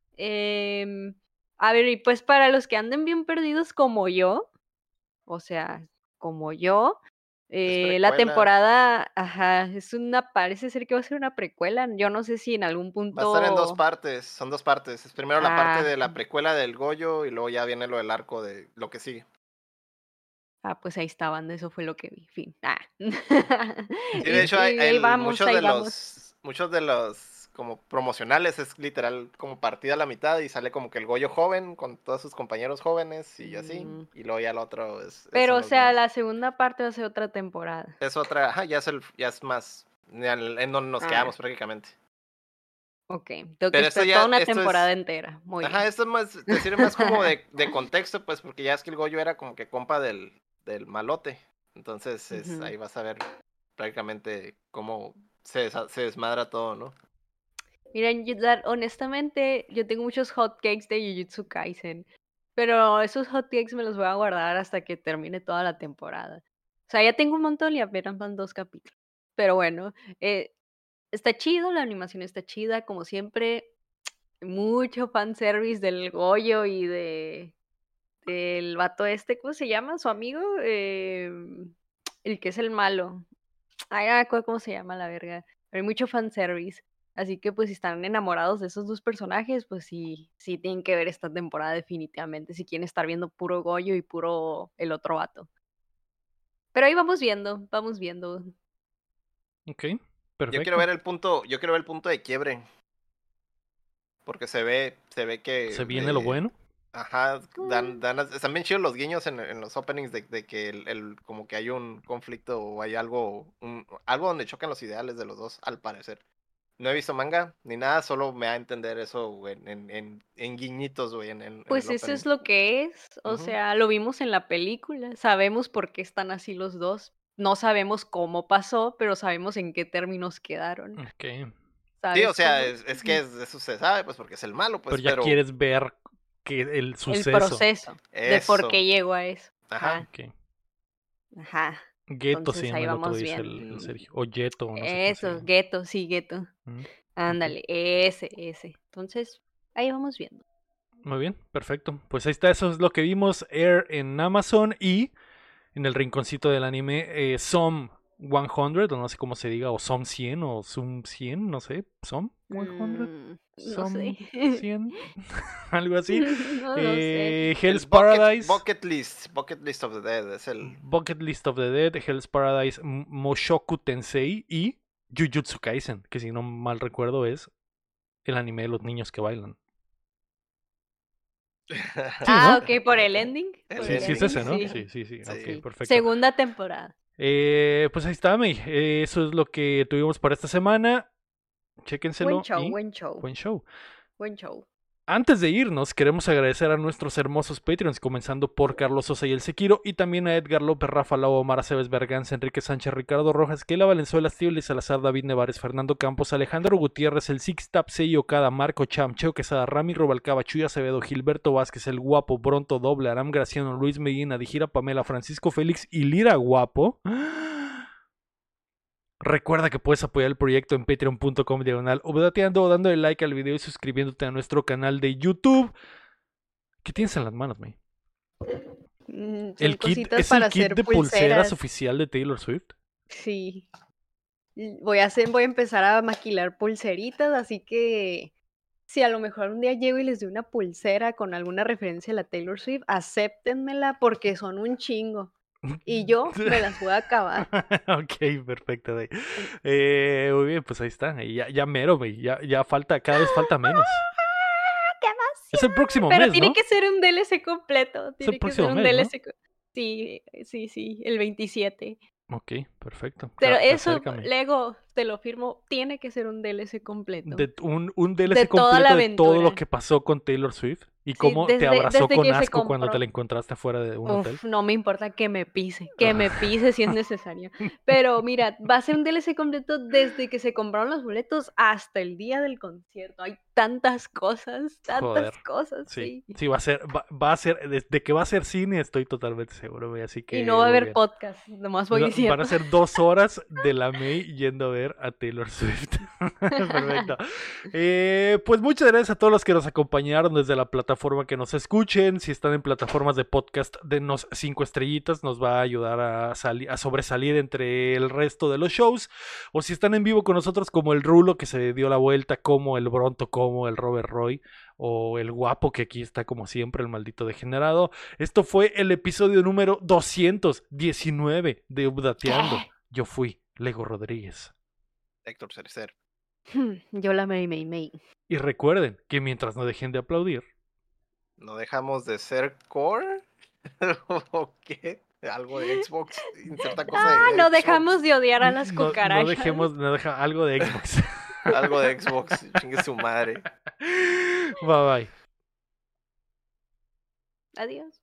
A ver, y pues para los que anden bien perdidos como yo, o sea, como yo, Es la precuela. temporada, ajá, parece ser que va a ser una precuela. Yo no sé si en algún Va a estar en 2 punto. partes, son 2 partes. Es primero la parte de la precuela del Goyo y luego ya viene lo del arco de lo que sigue. Pues ahí estaban, eso fue lo que vi, fin. Sí, de hecho Y ahí vamos, ahí vamos. muchos de los como promocionales es literal como partida a la mitad y sale como que el Goyo joven con todos sus compañeros jóvenes y así. Y luego ya el otro Pero, son o los sea, nuevos. la segunda parte va a ser otra temporada. Es otra, ajá, ya es más en donde nos quedamos prácticamente. Ok, tengo que Pero esto esperar ya, toda una esto temporada es, entera. Muy ajá, bien. esto es más, te sirve más como de contexto, pues, porque ya es que el Goyo era como que compa del malote. Entonces, ahí vas a ver prácticamente cómo se desmadra todo, ¿no? Miren, honestamente, yo tengo muchos hotcakes de Jujutsu Kaisen, pero esos hotcakes me los voy a guardar hasta que termine toda la temporada. O sea, ya tengo un montón y apenas van 2 capítulos. Pero bueno, está chido, la animación está chida, como siempre, mucho fanservice del Goyo y del vato este, ¿cómo se llama? ¿Su amigo? El que es el malo. Ay, no me acuerdo cómo se llama la verga. Pero hay mucho fanservice. Así que pues si están enamorados de esos 2 personajes, pues sí, sí tienen que ver esta temporada definitivamente. Si quieren estar viendo puro Goyo y puro el otro vato. Pero ahí vamos viendo, vamos viendo. Ok, perfecto. Yo quiero ver el punto de quiebre. Porque se ve que ¿Se viene lo bueno? ajá, están bien chidos los guiños en los openings de que como que hay un conflicto o hay algo donde chocan los ideales de los dos, al parecer. No he visto manga ni nada, solo me da a entender eso, güey, en guiñitos, güey, en Pues el eso opening. es lo que es. O sea, lo vimos en la película. Sabemos por qué están así los dos. No sabemos cómo pasó, pero sabemos en qué términos quedaron. Ok. Sí, o ¿Sabes sea, cómo? es que eso se sabe, pues porque es el malo, pues, Pero ya pero quieres ver que el El suceso. proceso de por eso, qué llegó a eso. ajá. Ok. Ajá. Geto se Entonces ahí llama el otro, vamos dice bien. el Sergio. O Yeto, o no sé cómo se Eso, llama. gueto, sí, gueto. Ok. Ándale, ese. Entonces, ahí vamos viendo. Muy bien, perfecto. Pues ahí está, eso es lo que vimos Air en Amazon y en el rinconcito del anime Som 100, o no sé cómo se diga, o Som 100 o Sum 100, no sé, Som 100, No Som sé. 100, algo así. El Hell's Paradise, Bucket List of the Dead, es el... Bucket List of the Dead, Hell's Paradise, Mushoku Tensei y Jujutsu Kaisen, que si no mal recuerdo es el anime de los niños que bailan. Sí, ¿no? Ok, por el ending. El Por Sí, el sí es ending, ese, ¿no? sí. ajá. Sí. Sí. Ok, perfecto. Segunda temporada. Pues ahí está, May. Eso es lo que tuvimos para esta semana. Chéquenselo y Buen show. buen show. Buen show. Antes de irnos, queremos agradecer a nuestros hermosos Patreons, comenzando por Carlos Sosa y el Sequiro, y también a Edgar López, Rafa Lau, Omar Aceves Berganza, Enrique Sánchez, Ricardo Rojas, Keila Valenzuela, Steve Salazar, David Nevares, Fernando Campos, Alejandro Gutiérrez, el Six Tap, Sei Okada, Marco Cham, Cheo Quesada, Rami Robalcaba, Chuy Acevedo, Gilberto Vázquez, El Guapo, Bronto Doble, Aram Graciano, Luis Medina, Dijira Pamela, Francisco Félix y Lira Guapo. Recuerda que puedes apoyar el proyecto en patreon.com/obdateando o dándole like al video y suscribiéndote a nuestro canal de YouTube. ¿Qué tienes en las manos, May? Son cositas ¿Es para el kit hacer de pulseras pulseras. oficial de Taylor Swift? Sí. Voy a empezar a maquilar pulseritas, así que si a lo mejor un día llego y les doy una pulsera con alguna referencia a la Taylor Swift, acéptenmela porque son un chingo. Y yo me las voy a acabar. Ok, perfecto. May. Muy bien, pues ahí está. Ya mero, May. Ya falta, cada vez falta menos. ¡Qué Es el próximo Pero mes, tiene ¿no? que ser un DLC completo. Es el Tiene que ser próximo un mes, ¿no? DLC. Sí, el 27. Ok, perfecto. Pero Se eso, acerca, May. Lego, te lo firmo, tiene que ser un DLC completo. Un DLC De toda la completo de todo lo aventura. que pasó con Taylor Swift y Sí, cómo te abrazó desde con que se asco cuando te compró. la encontraste afuera de un hotel. Uf, no me importa que me pise si es necesario. Pero mira, va a ser un DLC completo desde que se compraron los boletos hasta el día del concierto. Hay tantas cosas, Joder. sí. Sí, va a ser, de que va a ser cine estoy totalmente seguro, güey, así que Y no va a muy haber bien. podcast, nomás voy diciendo. Van a ser 2 horas de la May yendo a ver a Taylor Swift. Perfecto. Pues muchas gracias a todos los que nos acompañaron desde la plataforma que nos escuchen. Si están en plataformas de podcast, denos 5 estrellitas, nos va a ayudar a sobresalir entre el resto de los shows. O si están en vivo con nosotros, como el Rulo que se dio la vuelta, como el Bronto, como el Robert Roy, o el guapo que aquí está como siempre, el maldito degenerado. Esto fue el episodio número 219 de Updateando. Yo fui Lego Rodríguez. Héctor Cerecer. Yo la May. Y recuerden que mientras no dejen de aplaudir, ¿No dejamos de ser core? ¿O qué? Algo de Xbox. Inserta cosa de No Xbox. dejamos de odiar a las no cucarachas. dejemos algo de Xbox. Algo de Xbox. Chingue su madre. Bye bye. Adiós.